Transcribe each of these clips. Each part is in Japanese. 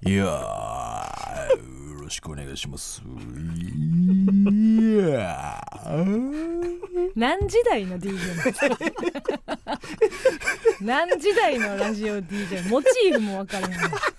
いやー、よろしくお願いします。いや何時代の DJ 何時代のラジオ DJ モチーフも分からない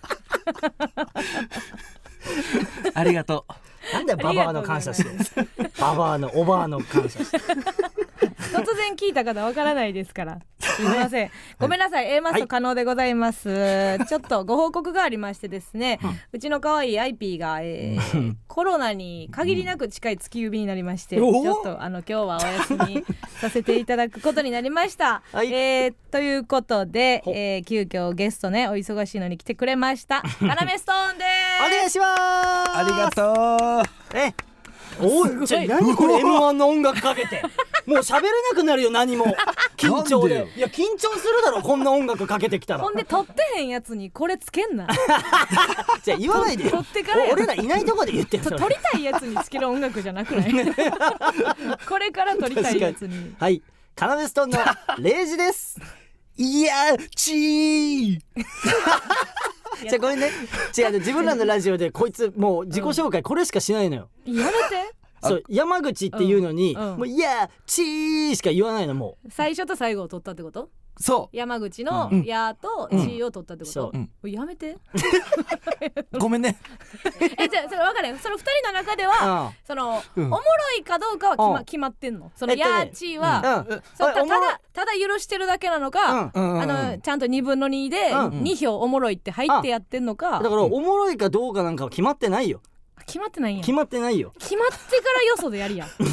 ありがとう。 なんだよババアの感謝してババアのおばあの感謝して突然聞いた方わからないですからすいませんごめんなさい A マスト可能でございます、ちょっとご報告がありましてですね、うちの可愛い IP が、コロナに限りなく近い月指になりまして、ちょっと今日はお休みさせていただくことになりました、ということで、急遽ゲストねお忙しいのに来てくれましたカナメストーンですお願いします。 ありがとう。 おい、じゃあ何これ M1 の音楽かけてもう喋れなくなるよ何も緊張で。いや緊張するだろこんな音楽かけてきたら。 ほんで撮ってへんやつにこれつけんなじゃあ言わないでよ。 撮ってからや俺らいないとこで言ってよ。 撮りたいやつにつける音楽じゃなくないこれから撮りたいやつに。 はい、カナメストーンのレイジですいやちーじゃあこれね違う自分らのラジオでこいつもう自己紹介これしかしないのよ、 やめて。 そう山口っていうのに、もういやチーしか言わないの。もう最初と最後を取ったってこと？ そう山口のやとちーを取ったってこと？やめてごめんねじゃあそれ分かるよ。その2人の中ではそのおもろいかどうかは決まってんの？そのやちーはただ許してるだけなのか、ちゃんと2分の2で2票おもろいって入ってやってんのか。 だからおもろいかどうかなんかは決まってないよ。 決まってないんや。 決まってないよ。 決まってからよそでやりや違う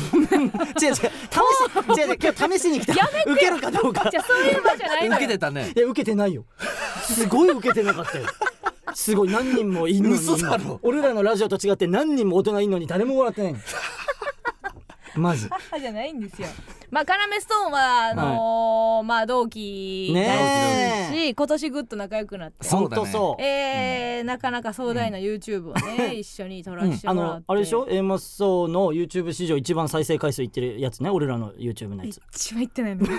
今日試しに来た。 やめて受けるかどうか。 じゃあそういう場じゃないのよ。 受けてたね。 いや受けてないよ。すごい受けてなかったよ。すごい何人もいるのに。 嘘だろ。 俺らのラジオと違って何人も大人いるのに誰も笑ってないの。マジじゃないんですよ。まあカナメストーンはまあ同期ですし、今年ぐっと仲良くなって、 そうだね。 そう、 なかなか壮大な YouTube をね、一緒に撮らせてもらって、 あれでしょ A マッソの YouTube 史上一番再生回数いってるやつね。俺らの YouTube のやつ一番いってないの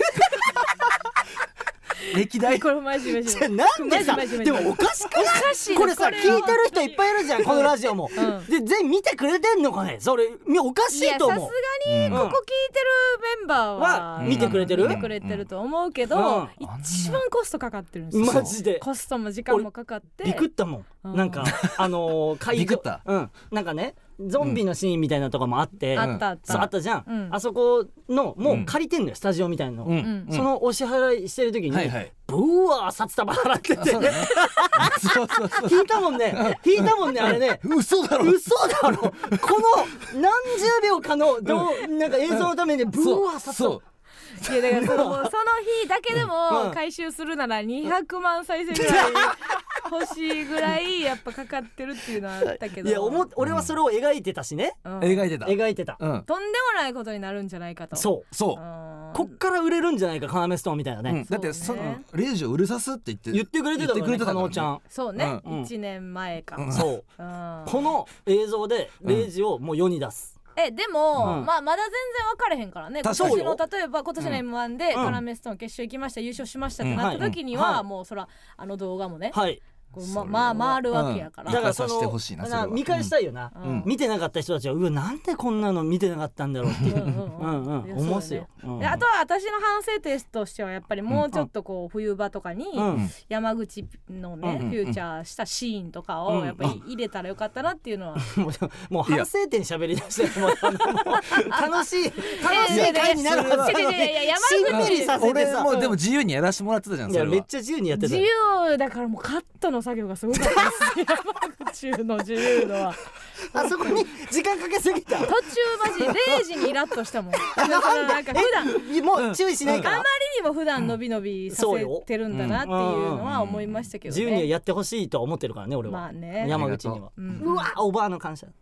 歴代これマジマジなんでさでもおかしくない？ おかしいこれさ聞いてる人いっぱいいるじゃんこのラジオも、で全員見てくれてんのかね。それおかしいと思う。 いやさすがにここ聞いてるメンバーは見てくれてる？ 見てくれてると思うけど、一番コストかかってるんですよ。 マジでコストも時間もかかってビクったもん。なんかビクった。 なんかねゾンビのシーンみたいなとこもあって、 あったじゃん、あそこのもう借りてんのよ、スタジオみたいなの、そのお支払いしてる時に、ブワー札束払ってて、引いたもんねあれね。 嘘だろこの何十秒かのなんか映像のためにブワー札束。 いやだからその日だけでも回収するなら200万再生ぐらい欲しいぐらいやっぱかかってるっていうのはあったけど、 いや俺はそれを描いてたしね、 描いてた、 とんでもないことになるんじゃないかと。 そうこっから売れるんじゃないかカナメストーンみたいなね、 だってそのレイジを売れさすって言ってくれてたからね、加納ちゃん。 そうね、1年前か、 そうこの映像でレイジをもう世に出す。 でも、まだ全然分かれへんからね。今年の例えば今年の M1 でカナメストーン決勝行きました、優勝しましたってなった時には、もうそら動画もね、回るわけやから。 だからその見返したいよな、見てなかった人たちはなんでこんなの見てなかったんだろうって思うすよ。 あとは私の反省点としてはやっぱりもうちょっとこう冬場とかに山口のねフューチャーしたシーンとかをやっぱり入れたらよかったなっていうのは。 もう反省点喋りだして楽しい回になるはずなのにしんみりさせてさ。 俺もでも自由にやらせてもらってたじゃん。それはめっちゃ自由にやってた。 自由だからもうカットの作業がすごかったです山口の自由度は。 あそこに時間かけすぎた。 途中マジ0時にイラッとしたもん。なんか普段もう注意しないから。 あまりにも普段伸び伸びさせてるんだなっていうのは思いましたけどね。 自由にやってほしいと思ってるからね俺は。まあね。山口には。うわおばあの感謝。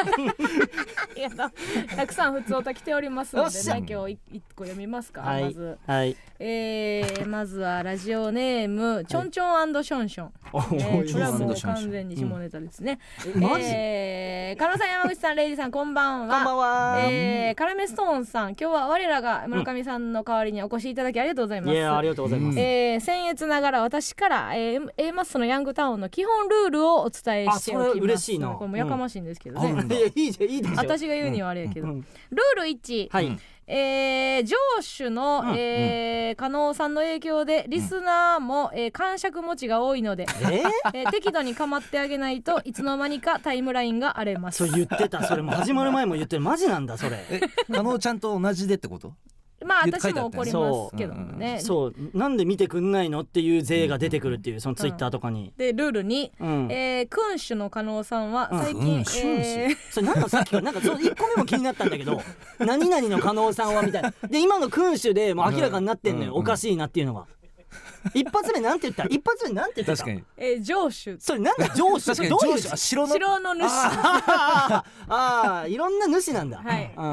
たくさん普通歌来ておりますのでね、今日1個読みますか。まず、まずはラジオネームちょんちょん&ションション。これはもう完全に下ネタですね。 マジ？ 加納さん、山口さん、レイジさん、こんばんは。 こんばんは。 カラメストーンさん、今日は我らが村上さんの代わりにお越しいただきありがとうございます。 いやありがとうございます。 僭越ながら私から、A マッソのヤングタウンの基本ルールをお伝えしておきます。 あ、それ嬉しいな。 これもやかましいんですけどね、 いやいいじゃん、いいでしょ。 私が言うにはあれやけど、ルール1、 はい、 上手の、加納さんの影響でリスナーも、感触持ちが多いので、適度に構ってあげないといつの間にかタイムラインが荒れます。 そう言ってた。それも始まる前も言ってる。マジなんだそれ。 加納ちゃんと同じでってこと？ まあ私も怒りますけどね。 そうなんで見てくんないのっていう税が出てくるっていう、そのツイッターとかに。 でルール2、君主の加納さんは最近、 それなんかさっきからなんかその1個目も気になったんだけど何々の加納さんはみたいなで、今の君主でもう明らかになってんのよ、おかしいなっていうのが。一発目なんて言った？一発目なんて言った？ 確かに、上手。 それなんだ上手？ 確かにどういう城の主。 いろんな主なんだ。 はい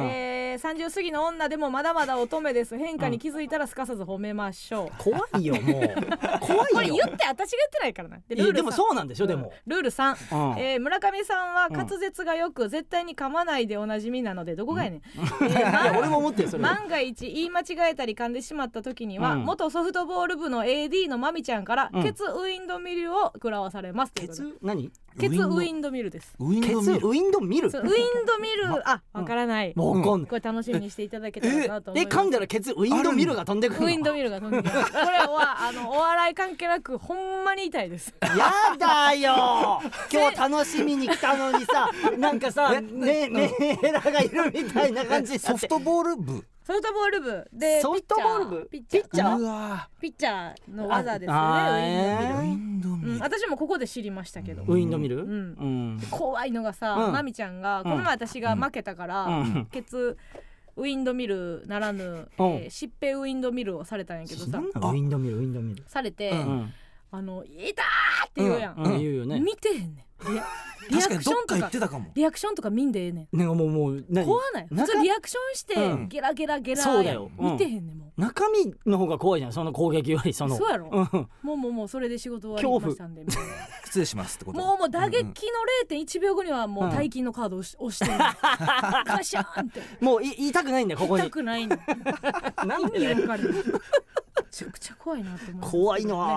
。30過ぎの女でもまだまだ乙女です。変化に気づいたらすかさず褒めましょう。 怖いよもう。怖いよ。 これ言って私が言ってないからな。 でもそうなんでしょ。でもルール3、村上さんは滑舌がよく絶対に噛まないでおなじみなので、どこがやねん。 俺も思ってるそれ。 万が一言い間違えたり噛んでしまった時には、元ソフトボール部の AD のまみちゃんからケツウィンドミルを食らわされます。 ケツ何？ ケツウィンドミルです。 ケツウィンドミル？ ウィンドミル、あ、わからない。 もうこれ楽しみにしていただけたらなと思います。 噛んだらケツウィンドミルが飛んでくるの？ ウィンドミルが飛んでくる。これはお笑い関係なくほんまに痛いです。 やだよ。今日楽しみに来たのにさ、なんかさ、メーラーがいるみたいな感じ。 ソフトボール部？ ソフトボール部でソフトボール部？ピッチャーの技ですよね。ウィンドミル。私もここで知りましたけど。 ウィンドミル？ 怖いのがさ、まみちゃんがこの前私が負けたからケツウィンドミルならぬしっぺウィンドミルをされたんやけどさ、 ウィンドミルされて、痛ーって言うやん。 言うよね。 見てへんねん。リアクションとか見んでええねん。 なんかもう怖ない。普通リアクションしてゲラゲラそうだよ。 見てへんねん。もう中身の方が怖いじゃん、その攻撃より。そのそうやろ。もうそれで仕事終わりましたんで。 失礼しますってこと。 もう打撃の 0.1 秒後にはもう大金のカードを押してる。ガシャーンって。 もう痛くないんだよここに。 痛くないんだ。 なんでね。 めちゃくちゃ怖いなって思う。 怖いな。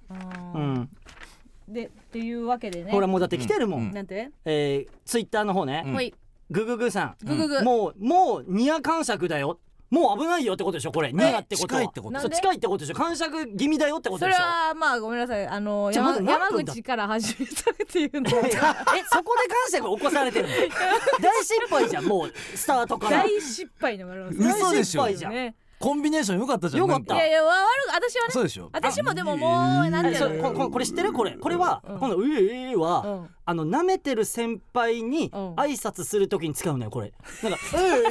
でっていうわけでね。 ほらもうだって来てるもん。 なんて？ ツイッターの方ね。グググさん。もうニア感触だよ。もう危ないよってことでしょこれ。ニアってことは近いってことでしょ。感触気味だよってことでしょ。 それはまあごめんなさい。山口から始めたっていうの。 そこで感触起こされてるの。大失敗じゃんもうスタートから。 大失敗の大失敗じゃん。 コンビネーション良かったじゃん。 よかった。 いや私はね。 そうでしょ。 私もでももうなんていうの。これ知ってる？これは今度は舐めてる先輩に挨拶するときに使うのよこれ。なんか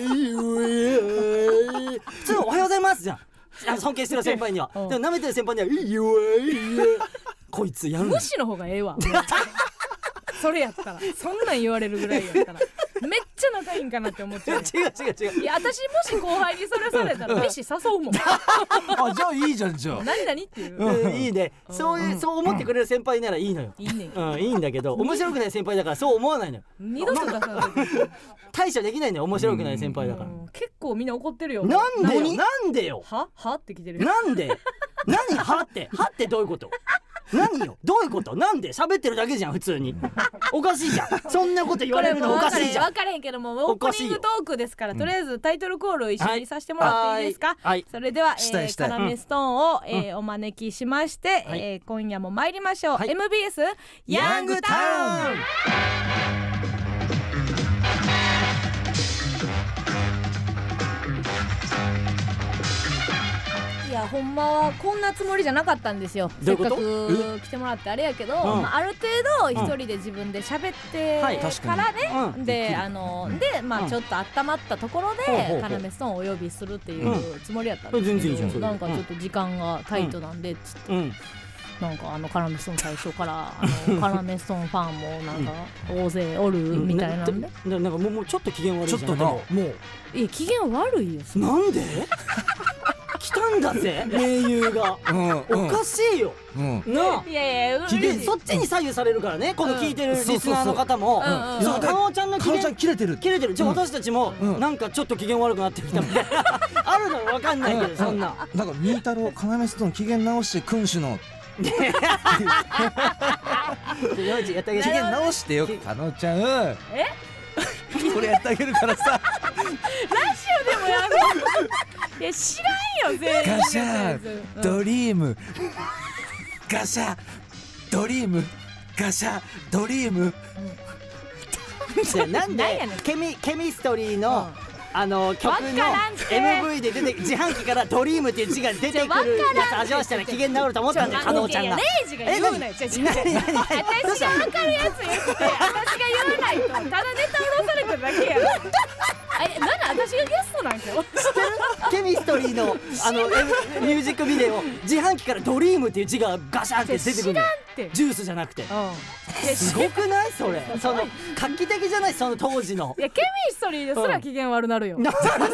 普通おはようございますじゃん。尊敬してる先輩には。でも舐めてる先輩にはこいつやる。 無視の方がええわ。それやったらそんなん言われるぐらいやったらめっちゃ仲いいんかなって思っちゃう。 違う。 いや私もし後輩にそれされたら飯誘うもん。 あ、じゃあいいじゃんじゃあ。 何っていう。 いいね。そう思ってくれる先輩ならいいのよ。 いいね。 いいんだけど面白くない先輩だからそう思わないのよ。 二度と出さない。 対処できないのよ面白くない先輩だから。 結構みんな怒ってるよ。 なんでよ。 はって来てるよ。 なんで？何はってどういうこと？何よどういうこと？なんで喋ってるだけじゃん普通に。おかしいじゃん。そんなこと言われるのおかしいじゃん。 分かれへんけどもオープニングトークですからとりあえずタイトルコール一緒にさせてもらっていいですか？それではカナメストーンをお招きしまして今夜も参りましょう。 MBS ヤングタウン。いやほんまはこんなつもりじゃなかったんですよ。せっかく来てもらってあれやけど、ある程度一人で自分で喋ってからね、でちょっと温まったところでカナメストーンをお呼びするっていうつもりやったんですけど、なんかちょっと時間がタイトなんでつって。なんかカナメストーン最初からカナメストーンファンもなんか大勢おるみたいなんで、 なんかもうちょっと機嫌悪いじゃん。 ちょっとなもう機嫌悪いよ。 なんで？ 来たんだぜ盟友が。おかしいよなあ。 いやいやそっちに左右されるからね、この聞いてるリスナーの方も。その加納ちゃんの機嫌切れてるじゃあ私たちもなんかちょっと機嫌悪くなってきたみたいなあるの分かんないけど、そんななんかミータロウ要ストーン機嫌直して君主のやってあげ機嫌直してよ加納ちゃん。これやってあげるからさ。 ラジオでもやるいや知らんよ全員ガシャドリームガシャドリームガシャドリーム。 なんでケミストリーの曲の MV で出て自販機からドリームっていう字が出てくるやつ味わしたら機嫌直ると思ったんだよ加納ちゃんが。 レイジが言うなよ。私が分かるやつ言って私が言わないとただネタ下ろされただけやろ。なんで私がゲストなんかよ。 知ってるケミストリーのミュージックビデオ自販機からドリームっていう字がガシャンって出てくるの。ジュースじゃなくてすごくないそれ。その画期的じゃない、その当時の。 いやケミストリーですら機嫌悪なるよ。 違う、いや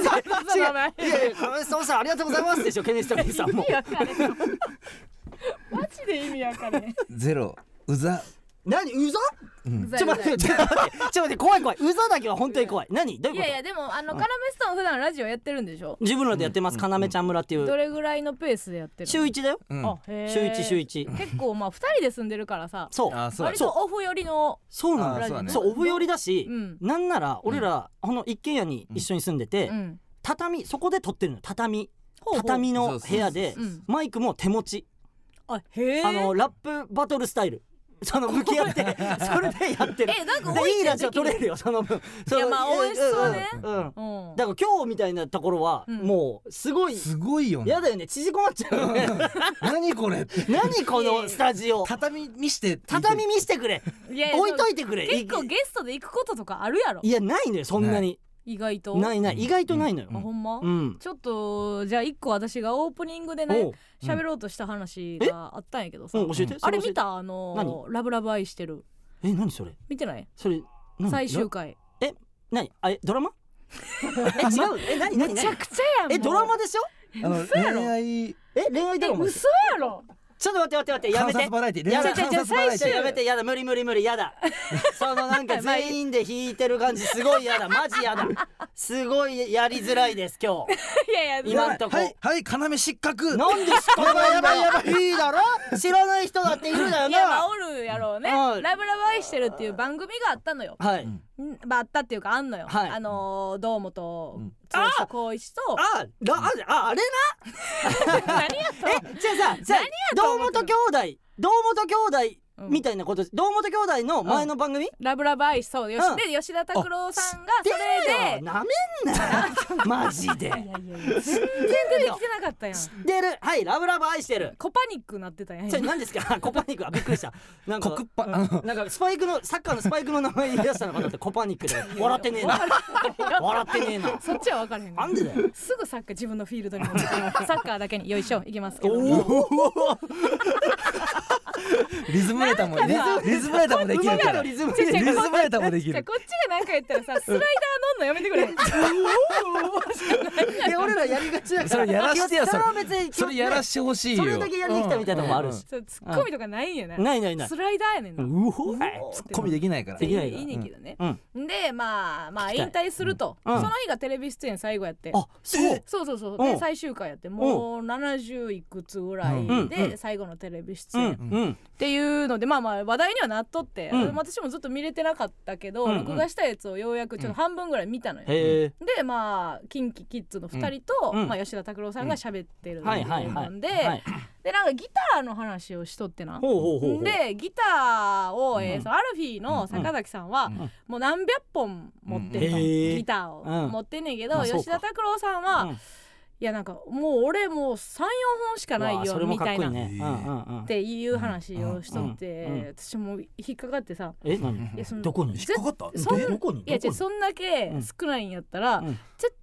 そうさんありがとうございますでしょケミストリーさんも。 意味わかれんマジで意味わかれん。 ゼロうざ。 何うざ？ちょっと待って、怖いうざだけは本当に怖い。何どういうこと？ いやいやでもカラメストーン普段ラジオやってるんでしょ。 自分らでやってます。かなめちゃん村っていう。 どれぐらいのペースでやってるの？ 週1だよ。週1。 結構まあ2人で住んでるからさ。 そう割とオフ寄りの。 そうなんだ。そうオフ寄りだし、なんなら俺ら一軒家に一緒に住んでて、畳そこで撮ってるの。畳の部屋でマイクも手持ち。ラップバトルスタイル。その向き合ってそれでやってる。 なんかいいラジオ撮れるよその分。 いやまあ美味しそうね。 だから今日みたいなところはもうすごいよね。 やだよね、縮こまっちゃうよね。 何これ何このスタジオ。 畳見してくれ。 置いといてくれ。 結構ゲストで行くこととかあるやろ。 いやないのよそんなに。 意外とない意外とないのよ。 ほんま。ちょっとじゃあ1個私がオープニングでね喋ろうとした話があったんやけどさ、あれ見た？ラブラブ愛してる。 何それ？ 見てない？ それ最終回。 何？ドラマ？違う？何？ めちゃくちゃやん。 ドラマでしょ？ 恋愛ドラマ。 嘘やろ。 ちょっと待ってやめて。 観察バラエティやめてやだ無理やだ。そのなんか全員で弾いてる感じすごいやだ。マジやだ。すごいやりづらいです今日。 いや今んとこ。 はい要失格。 なんで失格？やばいいいだろ。知らない人だっているだよな。 いやまあおるやろうね。ラブラブ愛してるっていう番組があったのよ。 はい。 まああったっていうかあんのよ。堂本光一とあれな。 何やじゃあ堂本兄弟みたいなこと。堂本兄弟の前の番組ラブラブ愛しそうで吉田拓郎さんがそれでなめんなマジで。 全然出てきてなかったやん。 知ってる。はいラブラブ愛してる。 コパニックなってたやん。 それ何ですか？コパニック。びっくりした。なんかスパイクのサッカーのスパイクの名前言い出したのかなって。コパニックで笑ってねえな。 そっちは分からへん。 なんでだよ。 すぐサッカー自分のフィールドに持ってきます。サッカーだけによいしょいきますけど。 リズムネタもできるから。 リズムネタもできる。 こっちがなんか言ったらさスライダー乗んのやめてくれ。 俺らやりがちだから。 それやらしてよ。それやらしてほしいよ。 それだけやりに来たみたいなのもあるし。 ツッコミとかないんやな。 ない。 スライダーやねんな。 ツッコミできないから。 いいねんけどね。でまあ引退すると。その日がテレビ出演最後やって。そうで最終回やってもう70いくつぐらいで最後のテレビ出演っていうのでまあ話題にはなっとって、私もずっと見れてなかったけど録画したやつをようやくちょっと半分ぐらい見たのよ。でまあキンキキッズの2人と吉田拓郎さんが喋ってるのでなんかギターの話をしとってな。でギターをアルフィーの坂崎さんはもう何百本持ってるとギターを持ってんねんけど、吉田拓郎さんはいやなんかもう俺もう 3,4 本しかないよみたいなっていう話をしとって私も引っかかってさ。 どこに引っかかった？ どこに？いやそんだけ少ないんやったら絶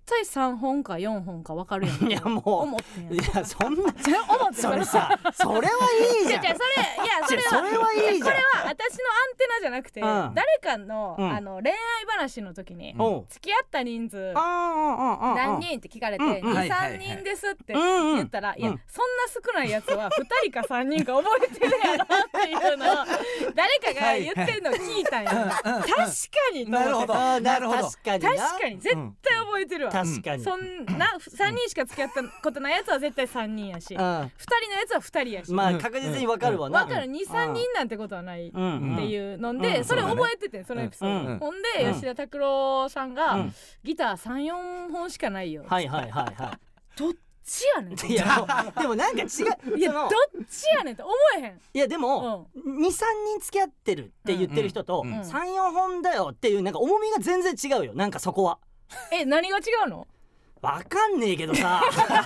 対3本か4本か分かるやん。 いやもう思ってんやん。 いやそんな思ってそれさそれはいいじゃん。 それそれはいいじゃん。 これは私のアンテナじゃなくて、誰かの、恋愛話の時に、付き合った人数何人って聞かれて、2,3人ですって言ったら、いやそんな少ないやつは2人か3人か覚えてるやろっていうのを誰かが言ってんの聞いたんや。確かにと思って。 なるほどなるほど。 確かに絶対覚えてるわ。 確かにそんな3人しか付き合ったことないやつは絶対3人やし、2人のやつは2人やし、 まあ確実にわかるわな。 分かる 2,3 人なんてことはないっていうので、それ覚えてて、そのエピソード。ほんで吉田拓郎さんがギター 3,4 本しかないよ。 はいはいはいはい。 どっちやねん。 いやでもなんか違う。 いやどっちやねんって思えへん。 いやでも 2,3 人付き合ってるって言ってる人と 3,4 本だよっていうなんか重みが全然違うよ。なんかそこは何が違うの？ わかんねえけどさ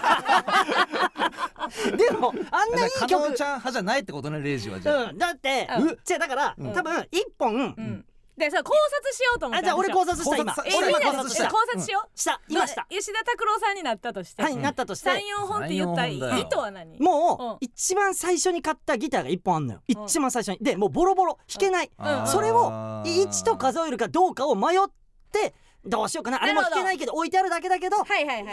でもあんないい加曲納ちゃん派じゃないってことね、レイジは。じゃあだってじゃあだから多分1本でさ考察しようと思って。 じゃあ俺考察した今。 みんなで考察しよう。 今した吉田拓郎さんになったとして、 はいなったとして 3,4 本って言った意図は何？ もう一番最初に買ったギターが1本あんのよ。一番最初にでもうボロボロ弾けない。それを1と数えるかどうかを迷ってどうしようかな。あれも弾けないけど置いてあるだけだけど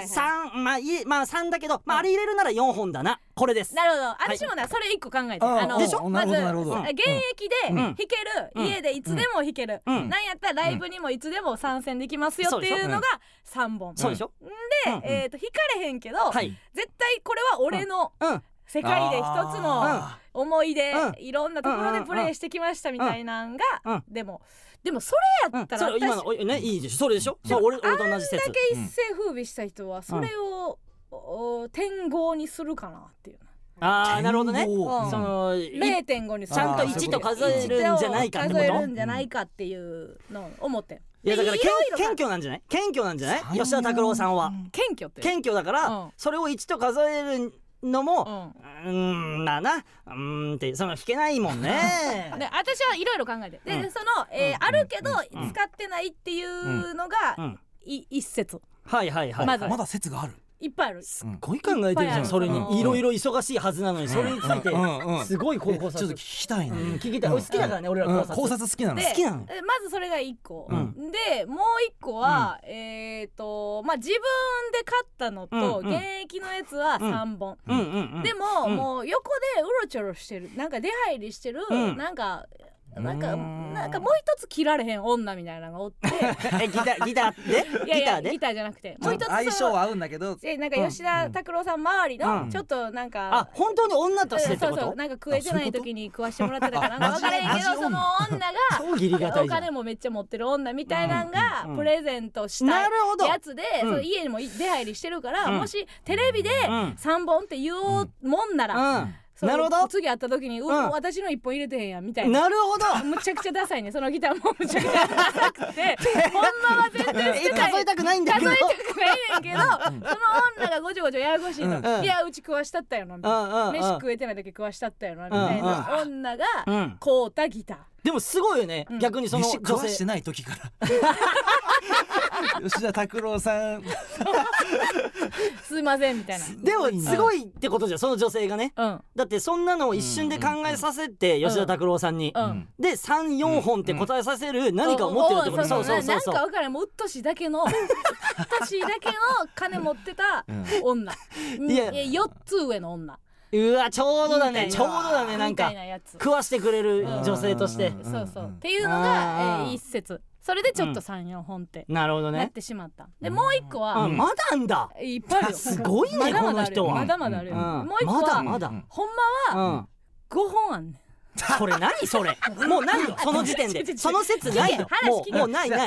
3まあ3だけどあれ入れるなら4本だな。これです。 なるほど。私もそれ1個考えて、 でしょ。 まずなるほど現役で弾ける、家でいつでも弾ける、なんやったらライブにもいつでも参戦できますよっていうのが3本。 そうでしょ。 で弾かれへんけど絶対これは俺の世界で一つの思い出、いろんなところでプレイしてきましたみたいなんが、でもそれやったら今のねいいでしょ。それでしょ。俺と同じ説。 あんだけ一世風靡した人はそれを点5にするかなっていう。 なるほどね。その 0.5 にちゃんと1と数えるんじゃないかってこと。 数えるんじゃないかっていうのを思って。 いやだから謙虚なんじゃない？謙虚なんじゃない？吉田拓郎さんは謙虚だからそれを1と数えるのもまあなってその弾けないもんね。 で私はいろいろ考えてでそのあるけど使ってないっていうのが一説。 はいはいはい。 まだ説がある。 いっぱいある。 すっごい考えてるじゃん。それにいろいろ忙しいはずなのにそれについてすごい考察。 ちょっと聞きたいね。 聞きたい。俺好きだからね。俺ら考察好きなの。 好きなの。 まずそれが1個でもう1個は自分で買ったのと現役のやつは3本でももう横でうろちょろしてるなんか出入りしてるなんかもう一つ切られへん女みたいなのがおってギターでいやギターじゃなくてもう一つ相性は合うんだけどなんか吉田拓郎さん周りのちょっとなんか本当に女としてってこと？ そうなんか食えてない時に食わしてもらってたかなんか分からへんけどその女がお金もめっちゃ持ってる女みたいなんがプレゼントしたやつで家にも出入りしてるからもしテレビで3本って言おうもんならなるほど。 次会った時に私の1本入れてへんやんみたいな。 なるほど。 むちゃくちゃダサいね。そのギターもむちゃくちゃダサくてほんまは全然捨てない。 数えたくないんだけど。 数えたくないねんけどその女がごちょごちょややこしいの。いやうち食わしたったよなみたいな。飯食えてない時食わしたったよなみたいな女が買うたギター。 でもすごいよね。逆にその飯食わしてない時から吉田拓郎さんすいませんみたいな。 でもすごいってことじゃんその女性がね。だってそんなのを一瞬で考えさせて吉田拓郎さんにで 3,4 本って答えさせる何かを持ってるってこと。そうなんか分からんもううっとしいだけの金持ってた女4つ上の女。 うわちょうどだねなんか食わしてくれる女性としてそうっていうのが一説。それでちょっと 3,4 本ってなってしまった。でもう1個はまだあんだ。 いっぱいあるよ。 すごいねこの人は。 まだまだあるよ。もう1個はほんまは5本あんねん。 それ何それもうないよその時点でその説ないよもうない意味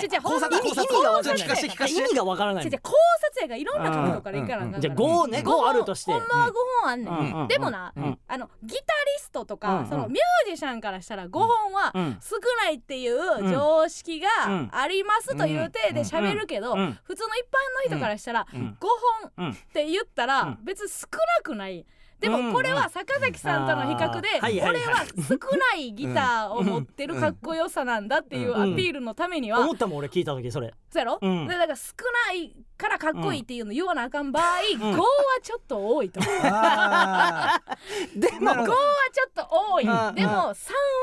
がわからない。 考察やがいろんな角度からいかな。 じゃあ5ね5あるとしてほんまは5本あんねん。でもなギタリストとかそのミュージシャンからしたら5本は少ないっていう常識がありますという体で喋るけど普通の一般の人からしたら5本って言ったら別に少なくない。 でもこれは坂崎さんとの比較で、俺は少ないギターを持ってるかっこよさなんだっていうアピールのためには、 思ったもん俺聞いた時それ。 そうやろ、でだから少ないからかっこいいっていうの言わなあかん場合、5はちょっと多いと。でも5はちょっと多い。でも3は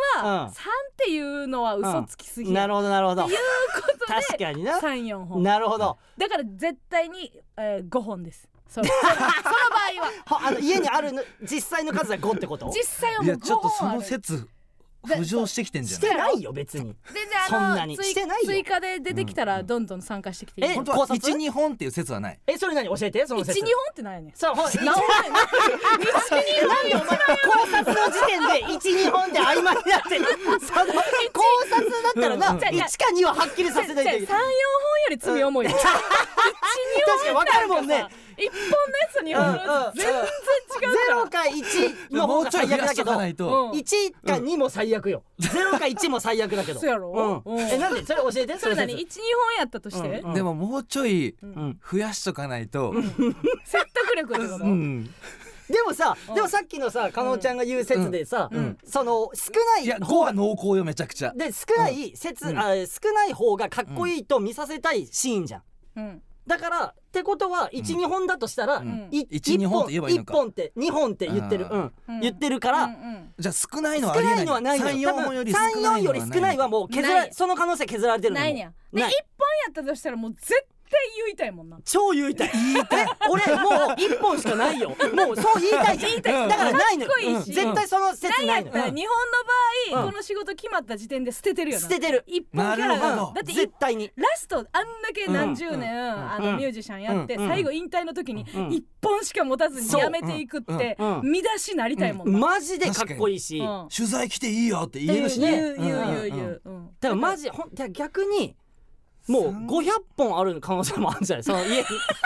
3っていうのは嘘つきすぎる。 なるほどなるほど。 っていうことで確かにな。 3、4本。 なるほど。 だから絶対に、5本です。その場合は家にあるの実際の数は5ってこと？ 実際はもう5 いやちょっとそ本ある。 の説浮上してきてんじゃん。 してないよ別に。そんなにしてないよ。 追加で出てきたらどんどん参加してきていい。 本当は1、2本っていう説はない。 それ何教えてその説。 1、2本ってないね。 そう、 何本やねん。 なんでお前考察の時点で 1,2 本で曖昧になってる。その考察だったらな、1か2ははっきりさせないといけない。 3、4本より罪重いよ。1、2 確かに分かるもんね。 1本のやつ2本のやつ全然違うから。 0か1の方が最悪だけど、1か2も最悪よ。0か1も最悪だけど。 そうやろ。 なんでそれ教えて。 それ何1、2本やったとして。 でももうちょい増やしとかないと説得力ってこと。 でもさっきのさ加納ちゃんが言う説でさ、その少ない、 いや5は濃厚よめちゃくちゃで少ない説、少ない方がかっこいいと見させたいシーンじゃん。だからってことは 1,2 本だとしたら 1、2本って言えばいいのか。 1本って2本って言ってる、言ってるから、 じゃあ少ないのはありえない。 少ないのはないのよ。 3、4本より 3、4より少ないはもう削られ、その可能性削られてるの。 ないねや。で1本やったとしたらもう絶対言いたいもんな。 超言いたい。俺もう1本しかないよ。もうそう言いたいじゃん。だからないのよ。絶対その説ないの。 日本の場合この仕事決まった時点で捨ててるよな。 捨ててる。 1本キャラがだって絶対にラストあんだけ何十年ミュージシャンやって最後引退の時に1本しか持たずにやめていくって見出しなりたいもんな。 マジでかっこいいし、 取材来ていいよって言えるしね。 言う。 だからマジ逆にもう500本ある可能性もあるんじゃない。その家に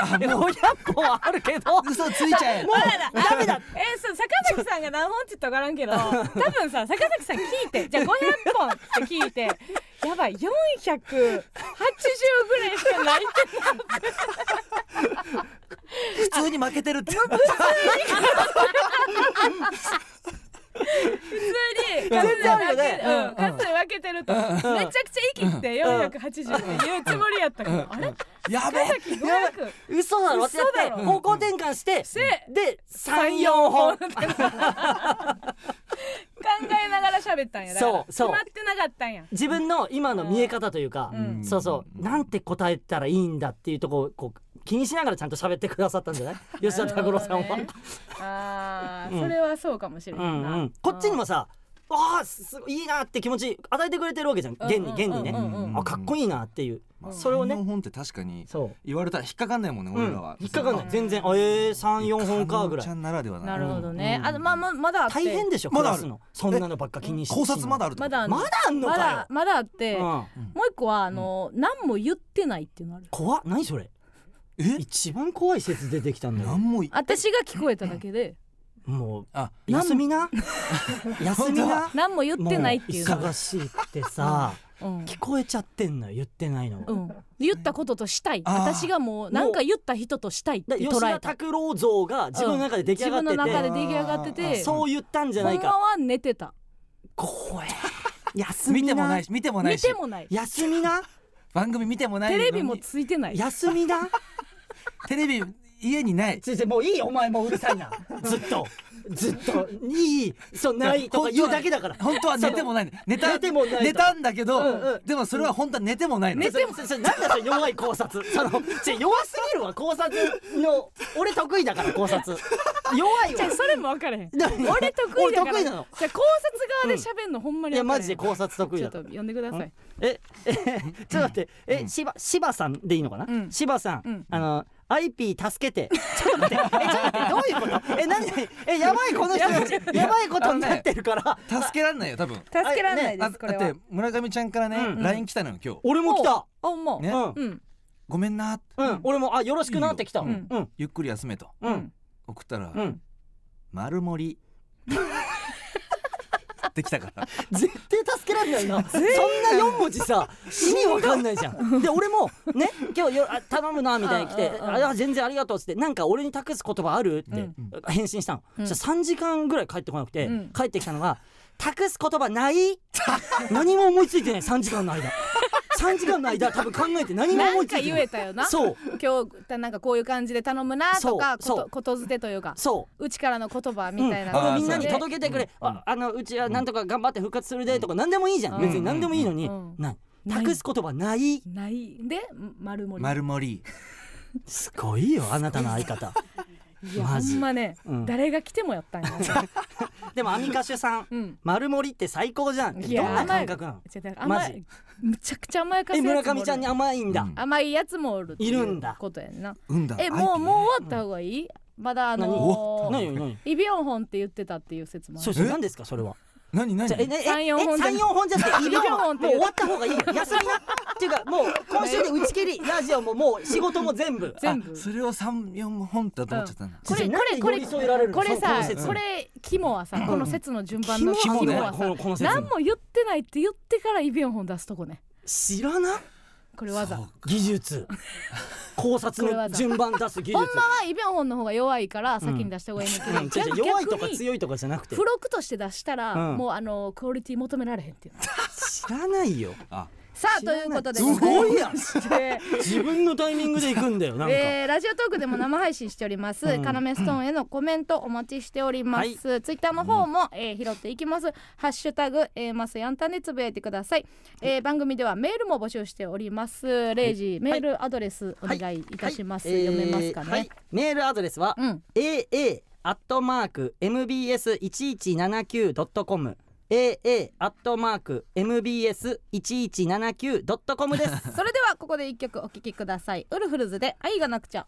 500本あるけど嘘ついちゃえ。 もうダメだ。 そう坂崎さんが何本って言ったか分からんけど多分さ坂崎さん聞いてじゃあ500本って聞いてやばい480ぐらいしかないって普通に負けてるって普通に数で分けてるとめちゃくちゃ生きて480って言うつもりやったからあれやべえ嘘だろってやって方向転換してで 3,4 本考えながら喋ったんや。だから決まってなかったんや。 自分の今の見え方というか、なんて答えたらいいんだっていうとこをこう気にしながらちゃんと喋ってくださったんじゃない吉田拓郎さんは。 それはそうかもしれないな。 こっちにもさすごいいいなって気持ち与えてくれてるわけじゃん。現にねかっこいいなっていうそれをね。 3、4本って確かに言われたら引っかかんないもんね俺らは。 引っかかんない全然。3、4本かぐらい。 ちゃんならではなるほどね。まだ大変でしょクラスのそんなのばっか気にして。 考察まだある。 まだあんのかよ。 まだあってもう一個は何も言ってないっていうのある。 怖っ。何それ。一番怖い説出てきたんだよ。 私が聞こえただけでもう休みな休みな。 何も言ってないっていうの。 忙しいってさ聞こえちゃってんのよ言ってないの。 言ったこととしたい。私がもう何か言った人としたいって捉えた。 吉田拓郎像が自分の中で出来上がってて、 自分の中で出来上がっててそう言ったんじゃないか。 ほんまは寝てた。 怖い。休みな。 見てもないし休みな。 番組見てもない。 テレビもついてない。 休みな。 テレビ家にない。 もういいお前もううるさいな。ずっといいそうないとか言うだけだから。 本当は寝てもない。寝たんだけどでもそれは本当は寝てもないの。 なんだそれ弱い考察。弱すぎるわ考察の。俺得意だから考察弱いわ。 それも分からへん。俺得意だから。じゃあ考察側で喋んのほんまに。 いやマジで考察得意だ。 ちょっと呼んでください。 ちょっと待って柴さんでいいのかな。柴さんIP 助けて。ちょっと待ってどういうこと何やばいこの人たちやばいことになってるから助けらんないよ多分。 助けらんないですこれは。 だって村上ちゃんからね LINE 来たのよ今日。 俺も来た。 もうごめんな。 俺もよろしくなってきた。 ゆっくり休めと送ったら丸森ってきたから絶対助けられないなそんな4文字さ意味わかんないじゃんで俺もね今日頼むなみたいに来て全然ありがとうっつってなんか俺に託す言葉あるって返信したの、そしたら3時間ぐらい帰ってこなくて、帰ってきたのが託す言葉ない何も思いついてない3時間の間3時間の間多分考えて何も思いついてないなんか言えたよな。 そう今日なんかこういう感じで頼むなとかそうことづてというかそううちからの言葉みたいな、 これみんなに届けてくれ、うちはなんとか頑張って復活するでとか何でもいいじゃん、別に何でもいいのに、託す言葉ないで丸盛り丸盛りすごいよあなたの相方いやほんまね、誰が来てもやったんやでもアミカシュさん、丸盛りって最高じゃん。どんな感覚なの？マジむちゃくちゃ甘やかすやつも村上ちゃんに甘いんだ、 甘いやつもおるっていうことやんな。もう終わった方がいい？まだ何イ・ビョンホンって言ってたっていう説もある。 そう何ですかそれは。 何 3、4本じゃってイ・ビョンホンって終わった方がいいよ休みなっていうかもう今週で打ち切りラジオももう仕事も全部それを3、4本だと思っちゃったんだ。 これさこれ肝はさこの説の順番の肝はさ何も言ってないって言ってからイ・ビョンホン出すとこね。 知らなこれ技技術考察の順番出す技術ほんまはイ・ビョンホンの方が弱いから先に出した方がいいんだけど、 弱いとか強いとかじゃなくて付録として出したら、もうクオリティ求められへんっていう知らないよさあということですごいやん自分のタイミングで行くんだよなんか、 ラジオトークでも生配信しております、カナメストーンへのコメントお待ちしております、ツイッターの方も、拾っていきます。ハッシュタグマスヤンタンでつぶやいてください。番組ではメールも募集しております。レイジ、メールアドレスお願いいたします、読めますかね、 メールアドレスは、aa@mbs1179.com aa@mbs1179.com ですそれではここで一曲お聴きください。ウルフルズで愛がなくちゃ。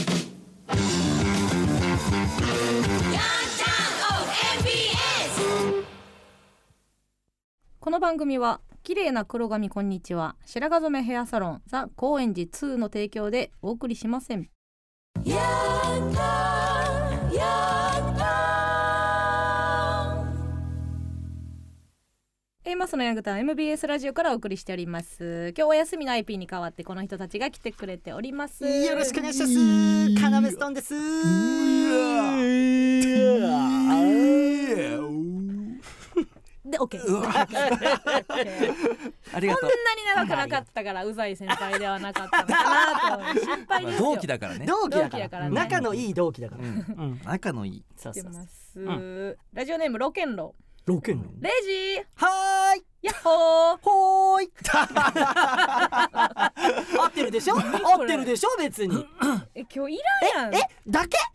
この番組は綺麗な黒髪こんにちは白髪染めヘアサロンザ高円寺2の提供でお送りしません。マスのヤングタウン MBS ラジオからお送りしております。今日お休みの IP に代わってこの人たちが来てくれております。 よろしくお願いします。カナメストーンです。 で OK ありがとう。 こんなに長くなかったからうざい先輩ではなかったのかなと心配ですよ。 同期だからね。 同期だからね。仲のいい同期だから、 仲のいい。 そうそうラジオネームロケンロロケンロレジはーいヤッホーほーい合ってるでしょ合ってるでしょ別に今日いらんやんだけ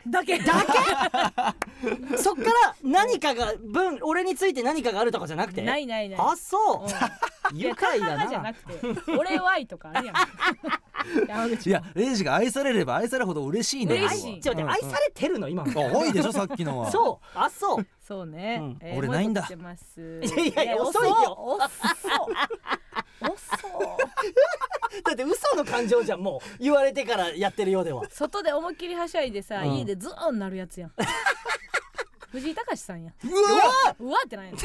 そっから何かが俺について何かがあるとかじゃなくてないあそう愉快だなじゃなくて俺は愛とかあるやんいやレイジが愛されれば愛されるほど嬉しいね。 嬉しい。 愛されてるの今の多いでしょさっきのは。 そうそうね、 俺ないんだ。 いや遅いよだって嘘の感情じゃんもう言われてからやってるようでは。 外で思いっきりはしゃいでさ、家でズーンなるやつやん藤井隆さんや。うわってなんや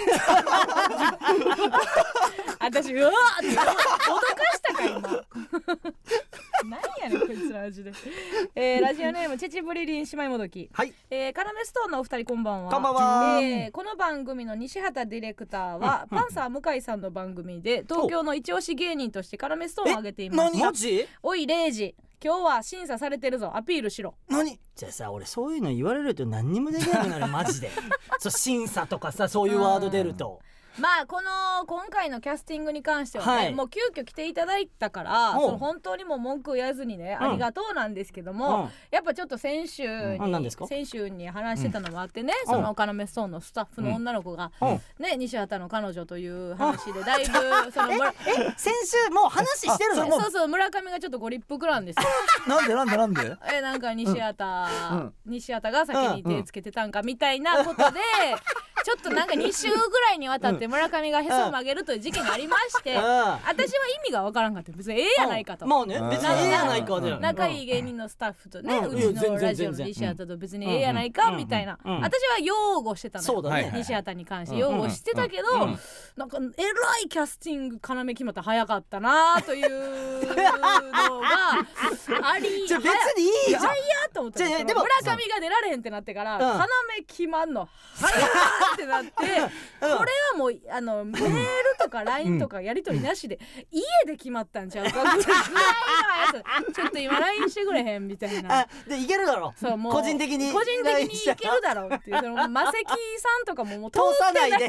私うわって脅かしたか今何やねんこいつらマジでラジオネームチェチブリリン姉妹もどき。 はい、 カナメストーンのお二人こんばんは。 こんばんは。 この番組の西畑ディレクターは、パンサー向井さんの番組で東京の一押し芸人としてカナメストーンを上げています。 マジ？ おいレイジ今日は審査されてるぞアピールしろ。 何？じゃあさ俺そういうの言われると何にもできなくなるマジでそう審査とかさそういうワード出るとまあこの今回のキャスティングに関してはね、もう急遽来ていただいたからその本当にもう文句言わずにね、ありがとうなんですけども、やっぱちょっと先週に話してたのもあってね、そのカナメストーンのスタッフの女の子が、ね西畑の彼女という話でだいぶその先週もう話してるの？ そう村上がちょっとご立腹なんですよなんでなんか西畑が先に手つけてたんかみたいなことでちょっとなんか2週ぐらいにわたって村上がへそを曲げるという時期がありまして、私は意味がわからんかった。別にええやないかと、 まあね別にええやないかで仲いい芸人のスタッフとね、うちのラジオの西畑と別にええやないかみたいな、私は擁護してたのよ。 そうだね西畑に関して擁護してたけど、なんかえらいキャスティング要決まった早かったなというのがあり別にいいじゃん早っと思ったんですけど、村上が出られへんってなってから要決まんの早っってなってこれはもうメールとか LINE とかやり取りなしで家で決まったんちゃうかぐらいのやつちょっと今 LINE してくれへんみたいな。 でいけるだろそうもう個人的にいけるだろうっていう、そのマセキさんとかもう通通さないで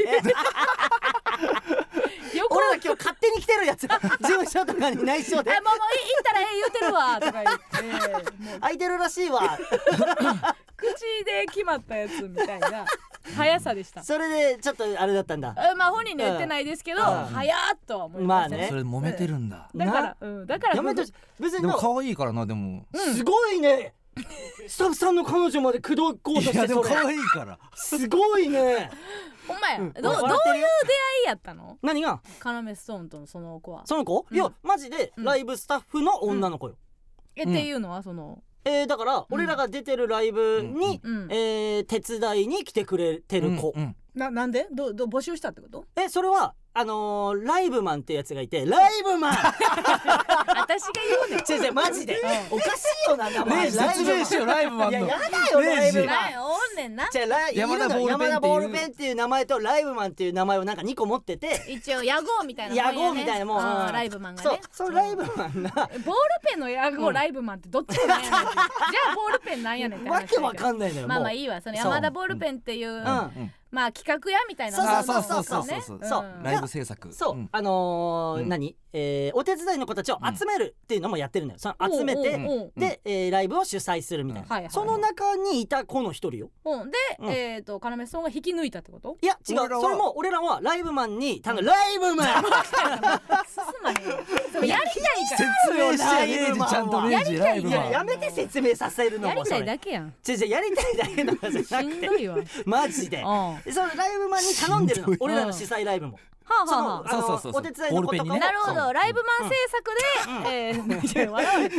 横俺ら今日勝手に来てるやつ事務所とかに内緒でもう行ったら言うてるわとか言ってもう空いてるらしいわ口で決まったやつみたいな速さでした。 それでちょっとあれだったんだ。 まあ本人には言ってないですけど、速っとは思いましたね。 まあねそれ揉めてるんだ。 だからやめて別にでも可愛いからな。でもすごいねスタッフさんの彼女まで口説こうとしいやてそれでも可愛いからすごいねほんまや、どういう出会いやったの？ 何がカナメストーンとのその子は。 その子、いやマジでライブスタッフの女の子よ、 っていうのはそのだから俺らが出てるライブに、手伝いに来てくれてる子、 なんで募集したってこと？ それはライブマンってやつがいて、ライブマン私が言うねん。 違うマジでおかしいよな名前。 説明しようライブマンの。 いややだよライブマン。 おんねんな。 山田ボールペンっていう名前とライブマンっていう名前をなんか2個持ってて、 一応野号みたいなもんやね。 野号みたいなもん、 ライブマンがね。 そうライブマンな。 ボールペンの野号ライブマンってどっちもなんやねん。じゃあボールペンなんやねんって話。 わけわかんないのよ。 まあいいわ。その山田ボールペンっていうまあ企画屋みたいな。 そうライブ制作。 そう何お手伝いの子たちを集めるっていうのもやってるのよ。その集めてでライブを主催するみたいな。その中にいた子の一人よ。 でカナメソンが引き抜いたってこと？ いや違う、それも俺らはライブマンにライブマン進まへん。それやりたいから説明してレイジちゃんとレイジライブマン。 やめて説明させるのも。 やりたいだけやん。 やりたいだけの話じゃなくて、 しんどいわマジで。そのライブマンに頼んでるの。俺らの主催ライブも。お手伝いの子とかも。なるほど、ライブマン制作で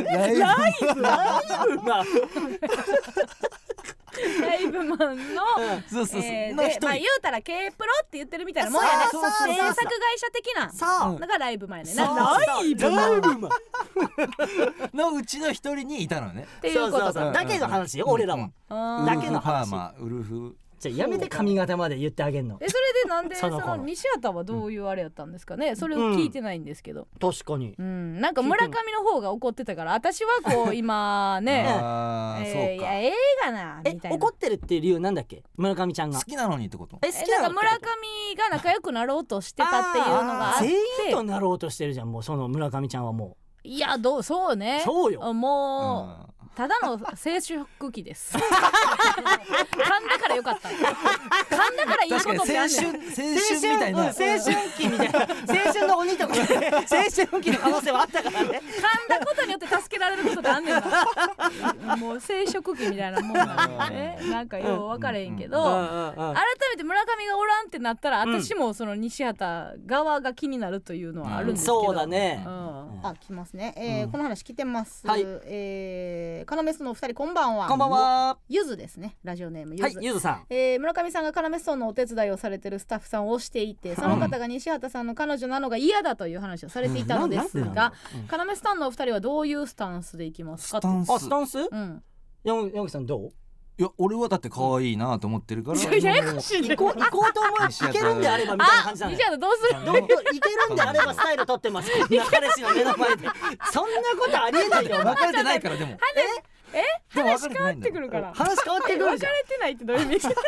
ライブマンの言うたら K プロって言ってるみたいなもんやね。制作会社的なのがライブマンやね。 ライブマンのうちの一人にいたのね。 っていうことだけの話よ俺らは。だけの話。 ウルフじゃやめて髪型まで言ってあげんの。 それでなんでその西畑はどういうあれやったんですかね。それを聞いてないんですけど。 確かに。 なんか村上の方が怒ってたから、私はこう今ねいや映画なみたいな。 怒ってるっていう理由なんだっけ？村上ちゃんが好きなのにってこと？ 好きなの？ 村上が仲良くなろうとしてたっていうのがあって、 全員となろうとしてるじゃん。もうその村上ちゃんはもう。 いやそうね。 そうよ。 もう。ただの生殖器です。噛んだからよかった。噛んだからいいことってあんねん。 青春みたいな。 青春期みたいな。青春の鬼とか青春期の可能性はあったからね。 噛んだことによって助けられることってあんねんな。もう生殖器みたいなもんなんね。なんかよう分かれへんけど、改めて村上がおらんってなったら、私もその西畑側が気になるというのはあるんですけど。 そうだね。 来ますね。この話来てます。カナメスのお二人こんばんは。 こんばんは。 ゆずですね。ラジオネームゆず。 はい、ゆずさん。 村上さんがカナメスのお手伝いをされてるスタッフさんを推していて、その方が西畑さんの彼女なのが嫌だという話をされていたのですが、カナメスタンのお二人はどういうスタンスでいきますか？ スタンス？山口さんどう？ いや俺はだって可愛いなと思ってるから。 ややこしいね。 行こうと思いけるんであればみたいな感じなの。 西畑どうする？ いけるんであればスタイル取ってます。こんな彼氏の目の前で。そんなことありえないよ。 別れてないからでも。 話変わってくるから。 話変わってくるじゃん。 別れてないってどういう意味？いやで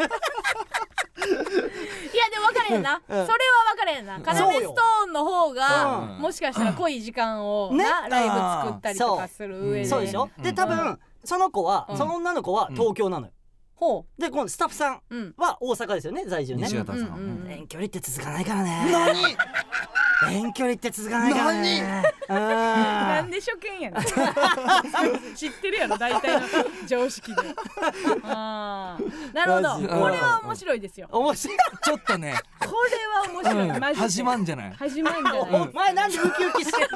も分かれへんな。それは分かれへんな。カナメストーンの方がもしかしたら濃い時間をなライブ作ったりとかする上で。 そうでしょ。で多分その女の子は東京なのよ。で今度スタッフさんは大阪ですよね、在住ね。 西畑さん。 遠距離って続かないからね。 何？ 遠距離って続かないからね。 なんで初見やねん知ってるやろ大体の常識で。なるほど、 マジこれは面白いですよ。 面白い。 ちょっとね、 これは面白い、マジで始まんじゃない。 始まんじゃない、 お前なんでウキウキしてんの。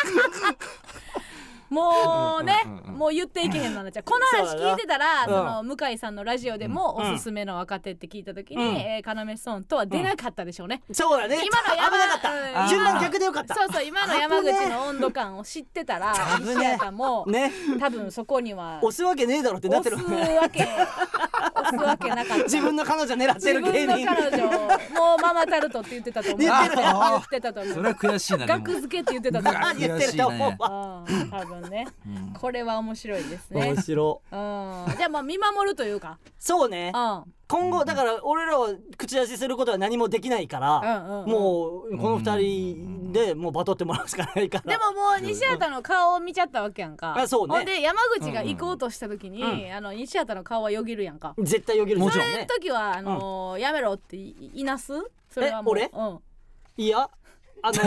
もうね、もう言っていけへんのなっちゃう。この話聞いてたら、 そうだなその向井さんのラジオでもおすすめの若手って聞いた時に、カナメストーンとは出なかったでしょうね。 そうだね。 今の危なかった。順番逆でよかった。 そうそう、今の山口の温度感を知ってたら危ね西畑もね、 多分そこには押すわけねえだろってなってる。 押すわけなかった。 自分の彼女狙ってる芸人。 自分の彼女もうママタルトって言ってたと思う。 言ってるね言ってたと思う。 それは悔しいな。でも額付けって言ってたと思う。 言ってると思うわ。 多分ね、これは面白いですね。 面白。 じゃあまあ見守るというか、 そうね。今後だから俺らは口出しすることは何もできないから、もうこの二人でもうバトってもらうしかないから。 でももう西畑の顔を見ちゃったわけやんか。 あ、そうね。 ほんで山口が行こうとした時に、西畑の顔はよぎるやんか。 絶対よぎる。 それの時はやめろっていなす？それはもう俺？いや。これ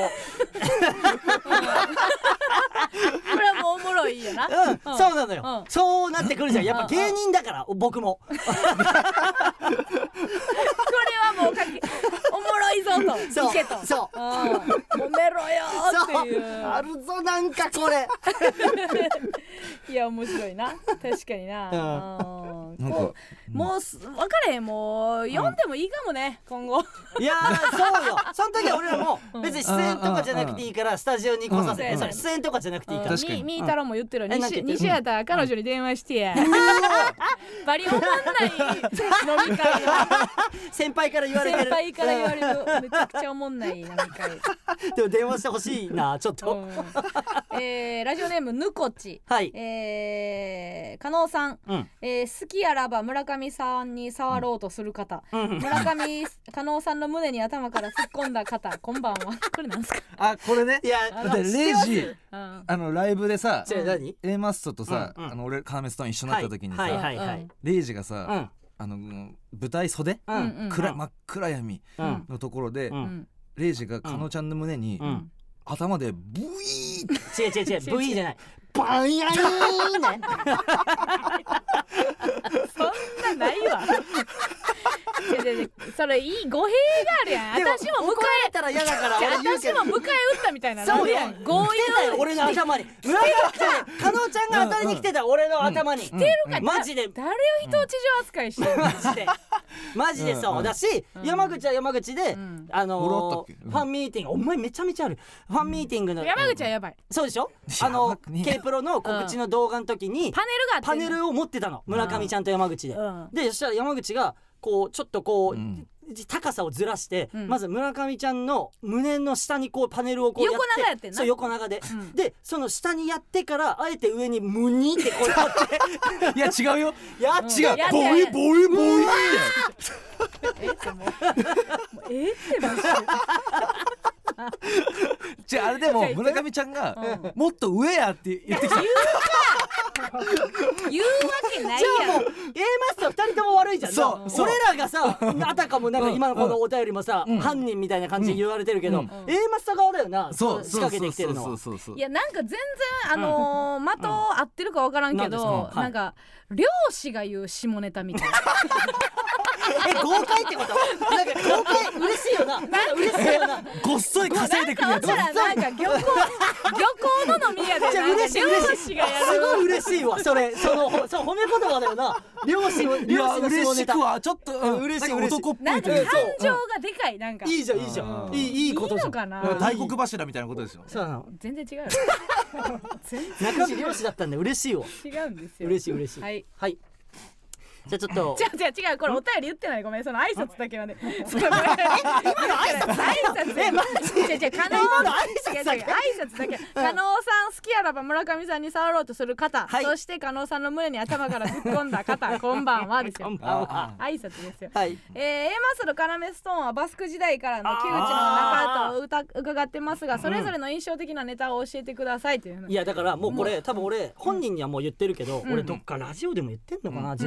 はもうおもろいよな。 そうなのよ。そうなってくるじゃん。やっぱ芸人だから僕も。 これはもうおもろいぞと。いけと。 そう。 褒めろよっていう。 あるぞなんかこれ。 いや面白いな。確かにな。 なんかもう分かれへん、もう読んでもいいかもね今後。 いやそうよ。その時は俺らも別に出演とかじゃなくていいからスタジオに来させて、それ出演とかじゃなくていいから。 確かにみーたろも言ってる。西畑彼女に電話してや。バリおもんない飲み会。 先輩から言われてる。 先輩から言われる。めちゃくちゃおもんない飲み会。 でも電話してほしいなちょっと。 ラジオネームぬこち。 はい。 加納さん。好きあらば村上さんに触ろうとする方。村上加納さんの胸に頭から突っ込んだ方。こんばんは。これなんですか。 あ、これね。 いやだってレイジライブでさ、 何 A マストとさ、俺カナメストーン一緒になった時にさ、レイジがさ、舞台袖真っ暗闇のところでレイジが加納ちゃんの胸に頭でブイー違う V じゃないバンヤーね。 そんなないわ。それいい語弊があるやん。私も迎えたら嫌だから私も迎え撃ったみたいな。 そうよ。 強引俺の頭に。加納ちゃんが当たりに来てた俺の頭に。来てるか。マジで。 誰を人質扱いしてる。マジで。 マジでそうだし、山口は山口でファンミーティング、お前めちゃめちゃある。ファンミーティングの山口はやばい。 そうでしょ。K プロの告知の動画の時にパネルを持ってたの、村上ちゃんと山口で。でそしたら山口がこうちょっとこう高さをずらしてまず村上ちゃんの胸の下にこうパネルをこうやって、 横長やってんな。 そう横長ででその下にやってからあえて上にムニってこうやって。 いや違うよ。 や違う。ボイボイボイ。 ってマジで。 じゃああれでも村上ちゃんがもっと上やって言ってきた。 言うわけないじゃあやん。 もう A マスター2人とも悪いじゃん。 そう俺らがさあたかもなんか今のこのお便りもさ犯人みたいな感じで言われてるけど A マスター側だよな。仕掛けてきてるのは。 いやなんか全然的合ってるか分からんけど、なんか漁師が言う下ネタみたいな。 豪快ってこと？なんか豪快嬉しいよな。なんか嬉しいよな。 ごっそい稼いでくるやつ。 なんか漁港の飲み屋でなんか漁師がやる。 すごい嬉しいわ。それそう褒め言葉だよな。漁師の下ネタ。 ちょっと嬉しい男っぽいというか。感情がでかいなんか。 いいじゃんいいじゃん。いいことじゃん。 いいのかな。 大黒柱みたいなことですよ。 そうなの。 全然違うよ。 中身漁師だったんで嬉しいわ。 違うんですよ。 嬉しい。はい。じゃあちょっと違うこれお便り言ってない。ごめんその挨拶だけはね。 今の挨拶マジで加納の挨拶だけ。加納さん好きあらば村上さんに触ろうとする方、そして加納さんの胸に頭から突っ込んだ方、こんばんはですよ。挨拶ですよ。A マスのカナメストーンはバスク時代からの木内の中と伺ってますが、それぞれの印象的なネタを教えてくださいという。 いやだからもうこれ多分俺本人にはもう言ってるけど、俺どっかラジオでも言ってんのかな自分らの。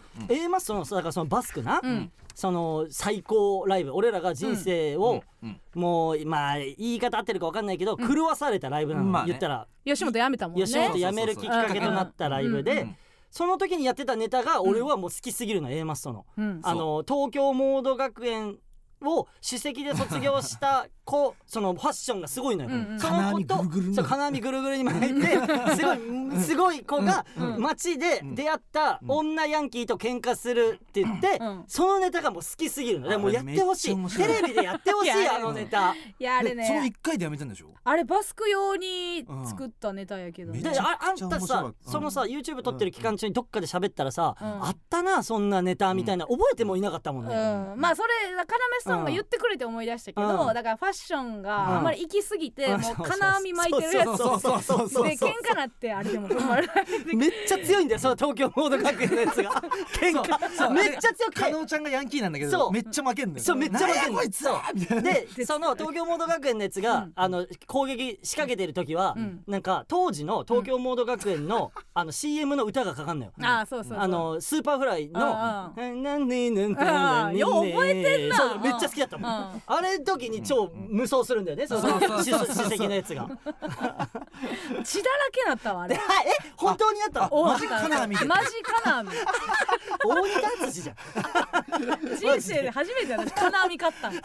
A マッソのだからそのバスクな、その最高ライブ、俺らが人生をもうまあ言い方合ってるか分かんないけど狂わされたライブなの、言ったら吉本辞めたもんね。 吉本辞めるきっかけとなったライブで、その時にやってたネタが俺はもう好きすぎるの、A マッソの、東京モード学園を首席で卒業した子そのファッションがすごいのよ、その子と金網ぐるぐるに巻いてすごい子が街で出会った女ヤンキーと喧嘩するって言って、そのネタがもう好きすぎるので、もうやってほしい、テレビでやってほしいあのネタ。 いやあれね、 その1回でやめたんでしょ。 あれバスク用に作ったネタやけどね。 であんたさ、そのさ YouTube 撮ってる期間中にどっかで喋ったらさ、あったなそんなネタみたいな覚えてもいなかったもんね。 まあそれ要さんが言ってくれて思い出したけど、だからファッションがあんまり行き過ぎて、もう金網巻いてるやつで喧嘩なって、あれでもめっちゃ強いんだよその東京モード学園のやつが喧嘩めっちゃ強くて、 加納ちゃんがヤンキーなんだけどめっちゃ負けんだよ。 そうめっちゃ負けんの。 そうでその東京モード学園のやつが攻撃仕掛けてる時はなんか当時の東京モード学園のCM の歌がかかんのよ。 あそうそうそう、 スーパーフライのなんねなんてよう覚えてんな。 そうめっちゃ好きだったもん。あれの時に超無双するんだよね、その首席のやつが血だらけなったわあれ。 本当にあったマジ金網、マジ金網大仁田敦じゃん人生で初めて私金網買ったん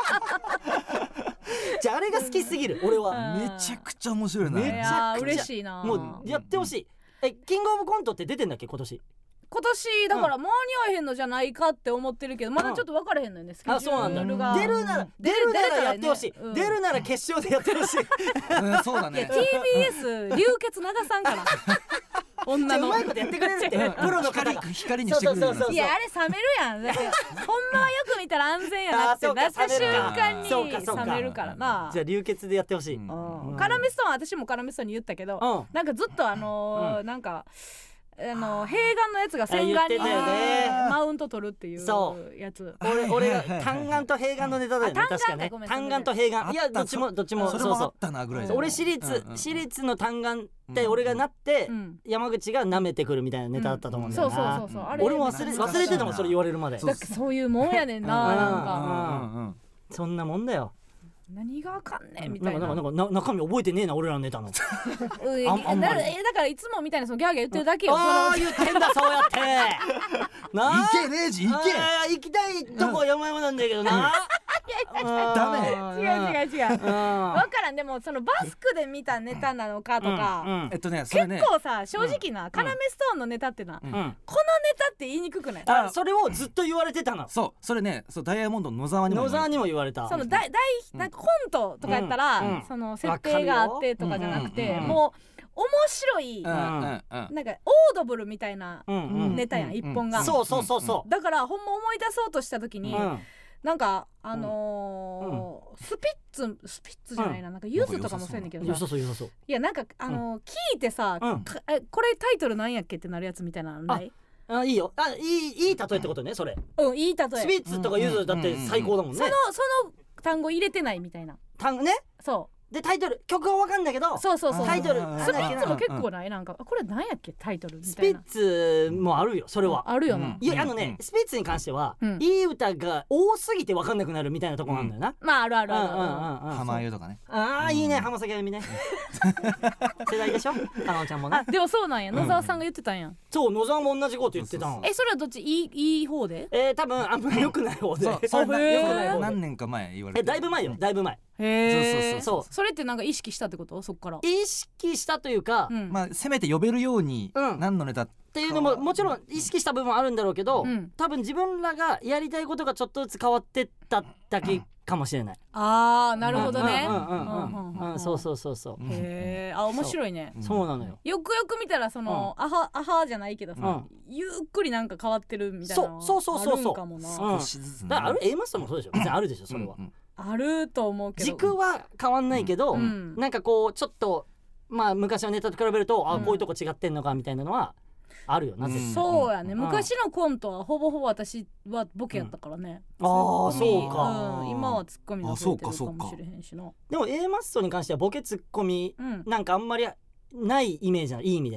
じゃああれが好きすぎる俺は。 めちゃくちゃ面白いな。 いや嬉しいな。 もうやってほしい。キングオブコントって出てんだっけ今年だから間に合えへんのじゃないかって思ってるけど、まだちょっと分からへんのよね、スケジュールが。 出るならやってほしい、出るなら決勝でやってほしいそうだね。 TBS 流血流さんから女のうまいことやってくれるってプロの方が光にしてくれる。 いやあれ冷めるやん。だってほんまはよく見たら安全やなってなった瞬間に冷めるからな。 じゃあ流血でやってほしい。 カラメストーン、私もカラメストーンに言ったけど、なんかずっとなんか併願のやつが洗顔にマウント取るっていうやつ。 俺が単眼と併願のネタだよね。確かね単眼と併願、いやどっちもそれもあったなぐらい。 俺私立の単眼って俺がなって山口が舐めてくるみたいなネタだったと思うんだよな。俺も忘れてたもんそれ言われるまで。 そういうもんやねんな。なんかそんなもんだよ。 何があかんねんみたいな。 なんか中身覚えてねえな俺らのネタの。だからいつもみたいなそのギャーギャー言ってるだけよ。 言ってんだそうやってなあ。 行けレイジ行け。 行きたいとこ山々なんだけどな。 ダメ。 違う分からん。でもそのバスクで見たネタなのかとか、結構さ正直なカラメストーンのネタってな、このネタって言いにくくない？ それをずっと言われてたの。 そうそれね、ダイヤモンドの野沢にも言われた。 そのなんかコントとかやったらその設定があってとかじゃなくて、もう面白いなんかオードブルみたいなネタやん一本が。 そうだからほんま思い出そうとした時になんかスピッツじゃないな、なんかユズとかもそうやねんけどさ、いやなんか聞いてさ、これタイトルなんやっけってなるやつみたいなのない？ いいよ。いい例えってことねそれ。 いい例え。 スピッツとかユズだって最高だもんね。 その単語入れてないみたいな単語ね。 そうでタイトル曲は分かんだけど、 そうタイトルスピッツも結構ない、なんかこれなんやっけタイトルみたいな。 スピッツもあるよそれは。 あるよな。 いやスピッツに関してはいい歌が多すぎて分かんなくなるみたいなとこなんだよな。 まあある浜あゆとかね。 いいね浜崎あゆみね。世代でしょかなおちゃんもね。 でもそうなんや、野沢さんが言ってたんや。 そう野沢も同じこと言ってたの。 それはどっちいい方で？ 多分あんまり良くない方で。 何年か前言われて。 だいぶ前よだいぶ前。 そうそれってなんか意識したってこと？そっから意識したというか、 まあせめて呼べるように何のネタっていうのももちろん意識した部分あるんだろうけど、多分自分らがやりたいことがちょっとずつ変わってっただけかもしれない。 なるほどね。 そうへえ、面白いね。 そうなのよ。 よくよく見たらそのアハじゃないけどさ、ゆっくりなんか変わってるみたいな。あるんかもな。 少しずつね。 だからAマストもそうでしょ。別にあるでしょそれは。 あると思うけど軸は変わんないけど、なんかこうちょっとまあ昔のネタと比べるとこういうとこ違ってんのかみたいなのはあるよな。 そうやね。昔のコントはほぼほぼ私はボケやったからね。 そうか。 今はツッコミが増えてるかもしれへんしな。 でも A マッソに関してはボケツッコミなんかあんまりないイメージなの。いい意味でね。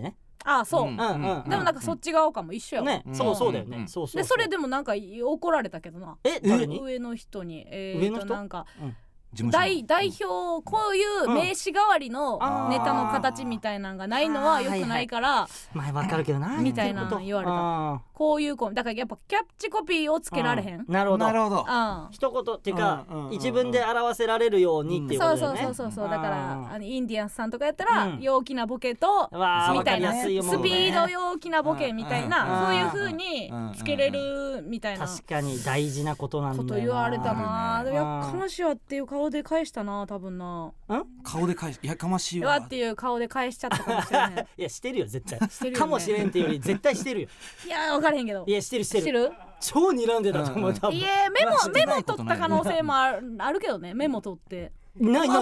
あそう、でもなんかそっち側かも一緒やわね。そうだよね。 でそれでもなんか怒られたけどな。 誰に？ 上の人に。 上の人なんか代表こういう名刺代わりのネタの形みたいなのがないのは良くないから前わかるけどなみたいな言われた。こういうだからやっぱキャッチコピーをつけられへん。 なるほど一言っていうか一文で表せられるようにっていうことだよね。 そうだからインディアンスさんとかやったら陽気なボケとみたいなスピード陽気なボケみたいなそういう風につけれるみたいな確かに大事なことなんだよな。 こと言われたな。やかましいわっていう顔で返したな多分な。 顔で返しやかましいわっていう顔で返しちゃったかもしれない。 いやしてるよ絶対。かもしれんっていうより絶対してるよ。 いや分からへんけど。 いやしてる。超睨んでたと思う多分。 いやメモ取った可能性もあるけどね。メモ取って。 ない。 ない。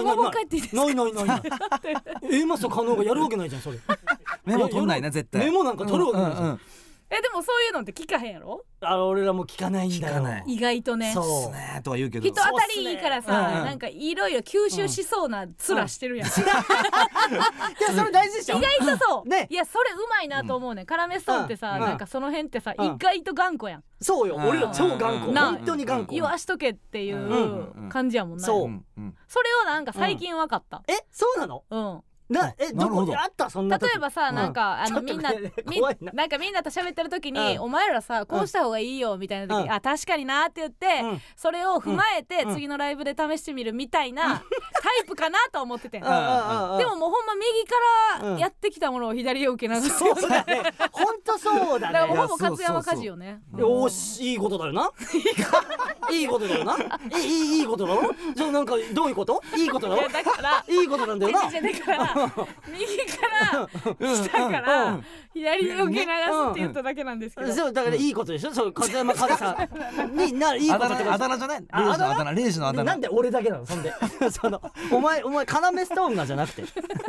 マスと加納がやるわけないじゃんそれ。 メモ取んないな絶対。 メモなんか取るわけないじゃん。 でもそういうのって聞かへんやろ。 俺らも聞かないんだよ。 意外とね。 そうねとは言うけど。 人当たりいいからさ、なんかいろいろ吸収しそうな面してるやん。いやそれ大事でしょ。 意外とそう。 ね。 いやそれうまいなと思うね。カラメストーンってさ、なんかその辺ってさ意外と頑固やん。 そうよ。俺ら超頑固。本当に頑固。 言わしとけっていう感じやもんな。そう。それをなんか最近分かった。 そうなの？どこであったそんな時。 例えばさなんかみんなと喋ってる時にお前らさこうした方がいいよみたいな時に確かになって言ってそれを踏まえて次のライブで試してみるみたいなタイプかなと思ってて。でももうほんま右からやってきたものを左へ受け流すよね。 ほんとそうだね。 だからほぼ勝山家事よね。 よしいいことだよな。いいことだよな。いいことだろ。じゃあなんかどういうこと？いいことだろ。 だからいいことなんだよな。 だから右から下から左に受け流すって言っただけなんですけど。 そうだからいいことでしょ。そう風山和さんになるいいことってこと。 あだ名じゃない。レイジのあだ名。 なんで俺だけなのそんで。そのお前カナメストーンがじゃなくて。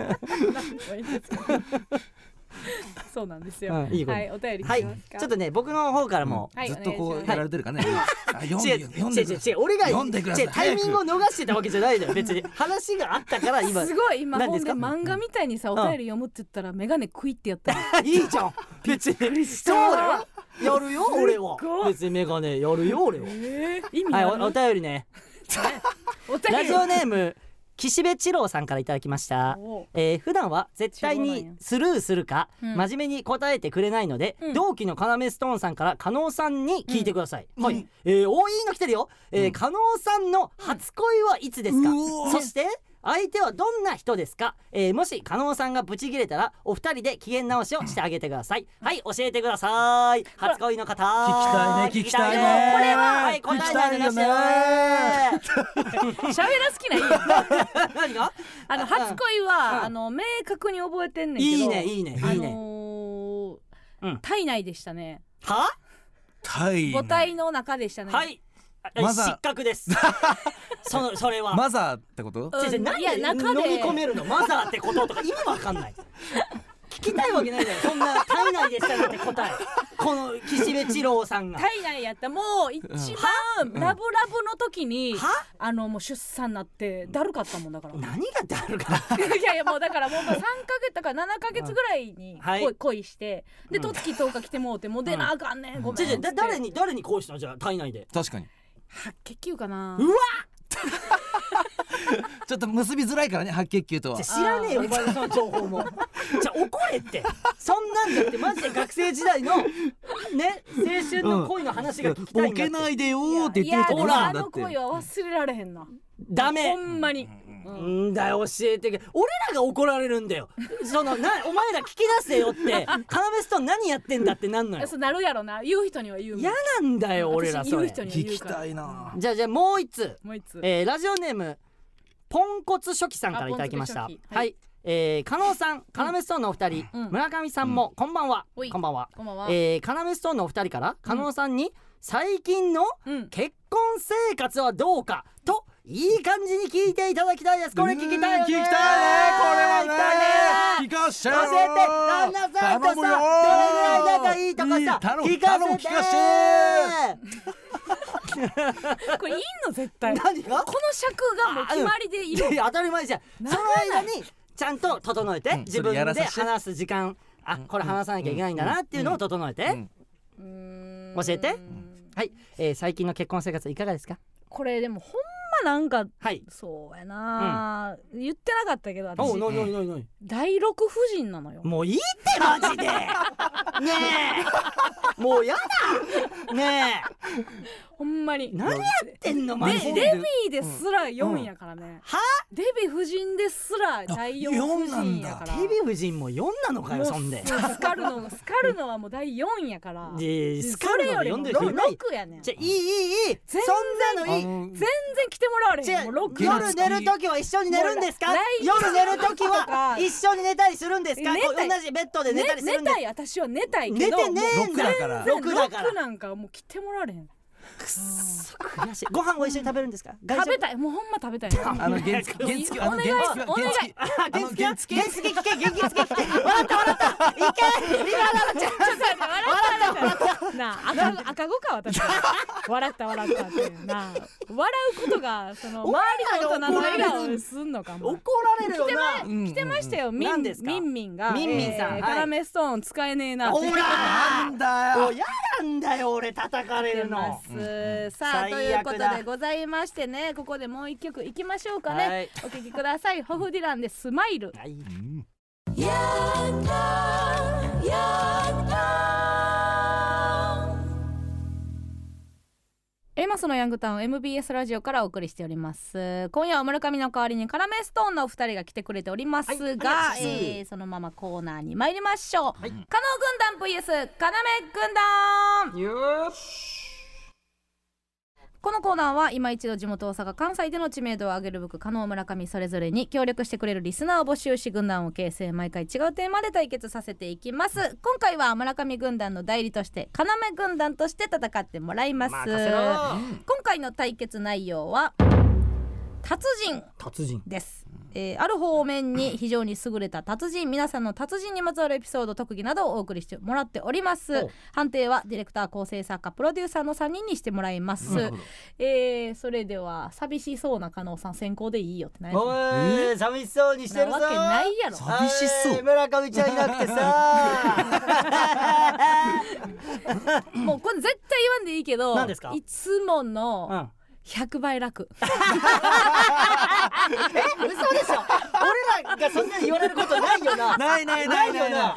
そうなんですよ。はい、お便りはい、ちょっとね僕の方からもずっとこうやられてるかね。 違う俺がタイミングを逃してたわけじゃないのよ。別に話があったから今。 すごい今ほんで漫画みたいにさお便り読むって言ったらメガネクイってやったら。 いいじゃん。別にそうだよ。やるよ俺は。別にメガネやるよ俺は。はいお便りね。ラジオネーム岸辺千郎さんからいただきました。普段は絶対にスルーするか真面目に答えてくれないので、同期のカナメストーンさんから加納さんに聞いてください。はい、いいの来てるよ。加納さんの初恋はいつですか？そして相手はどんな人ですか？もし加納さんがブチ切れたらお二人で機嫌直しをしてあげてください。はい教えてください。初恋の方聞きたいね。 でもこれは答えないでなしよ。 喋らす気ないよ。 何が？ 初恋は明確に覚えてんねんけど。 いいね。 体内でしたね。 は？ 母体の中でしたね。 はい。失格です。それはマザーってこと？ 何で飲み込めるの？マザーってこととか意味わかんない。聞きたいわけないじゃん。そんな体内でしたなんて答え。この岸辺千郎さんが体内やったもう一番ラブラブの時にもう出産になってだるかったもんだから。 何がだるか。 いやもうだからもう3ヶ月とか7ヶ月ぐらいに恋してでとつき10日来てもうてもう出なあかんねん。ごめん。 誰に恋したの？じゃあ体内で。 確かに。 白血球かな。 うわちょっと結びづらいからね白血球とは。 知らねえよお前のその情報も。じゃあ怒れってそんなんじゃってマジで学生時代のね青春の恋の話が聞きたいんだって。 ボケないでよーって言ってるところなんだって。 あの恋は忘れられへんな。 ダメ。 ほんまに。 だよ教えてけ。俺らが怒られるんだよ。お前ら聞き出せよってカナメスト何やってんだってなんのよ。 そうなるやろな。言う人には言うもん。 嫌なんだよ俺ら。それ聞きたいな。 じゃあもう一つ。ラジオネームポンコツ初期さんからいただきました。はい、加納さん、カナメストーンのお二人、村上さんもこんばんは。こんばんは。カナメストーンのお二人から加納さんに最近の結婚生活はどうかといい感じに聞いていただきたいです。これ聞きたいよね。 聞きたいね。これはね。聞かしてよ。 教えて旦那さんとさどれぐらい仲いいとかさ聞かせて。 これいいの絶対。 何が？ この尺がもう決まりでいる。 当たり前じゃん。その間にちゃんと整えて自分で話す時間これ話さなきゃいけないんだなっていうのを整えて、教えて。はい、最近の結婚生活いかがですか？ これでもほんまなんか、 はい、 そうやな、言ってなかったけど私第6夫人なのよ。 もういいってマジでねえもうやだねえほんまに何やってんのマジで。 デビーですら4やからね、 はデビー夫人ですら第4夫人やから。 デビー夫人も4なのかよ。そんでスカルノはもう第4やから。 スカルノが4で 6やねん。 じゃいい全そんなのいい。 全然来てもらわれへん。もう6 夜寝るときは一緒に寝るんですか？夜寝るときは一緒に寝たりするんですか？同じベッドで寝たりするんですか？ 寝たい、私は寝たいけど寝てねえんだから 6なんかもう来てもらわれへん。 くっそ悔しい。ご飯を一緒に食べるんですか？ 食べたい、もうほんま食べたい。 原付聞け笑った笑ったいけなあ、赤子か私笑ったっていうな、笑うことがその周りの大人の笑顔をすんのかも。 怒られるよな。 来てましたよ、ミンミンがミンミンさん、 カラメストーン使えねえな。 ほらなんだよ、 嫌なんだよ俺叩かれるの。 さあということでございましてね、ここでもう一曲いきましょうかね。お聴きください。ホフディランでスマイル。やったやったエマスのヤングタウン MBS ラジオからお送りしております。今夜は村上の代わりにカラメストーンのお二人が来てくれておりますが、そのままコーナーに参りましょう。加納軍団 VS カナメ軍団。このコーナーは今一度地元大阪関西での知名度を上げるべく加納村上それぞれに協力してくれるリスナーを募集し、軍団を形成、毎回違うテーマで対決させていきます。今回は村上軍団の代理として要軍団として戦ってもらいます。今回の対決内容は達人です。ある方面に非常に優れた達人、皆さんの達人にまつわるエピソード、特技などをお送りしてもらっております。判定はディレクター、構成作家、プロデューサーの3人にしてもらいます。それでは寂しそうな加納さん先行でいいよってない。 おい、寂しそうにしてるぞ。 なわけないやろ。 寂しそう。 村上ちゃんいなくてさもうこれ絶対言わんでいいけど、 何ですか？ いつもの100倍楽。 嘘でしょ。俺らがそんなに言われることないよな。 ないよな。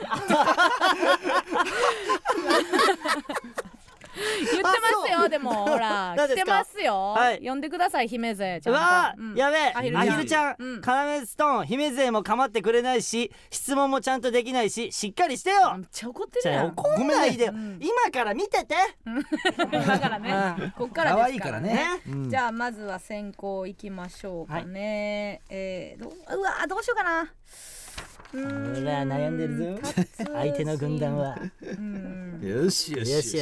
言ってますよ。でもほら来てますよ。呼んでください、姫勢ちゃんと。 やべえ、アヒルちゃん、カラメストーン姫勢も構ってくれないし、質問もちゃんとできないし、しっかりしてよ。 めっちゃ怒ってるやん。 怒んないでよ。今から見てて。 今からね、こっからですからね。じゃあまずは先行いきましょうかね。うわどうしようかな。 ほら悩んでるぞ相手の軍団は。 よし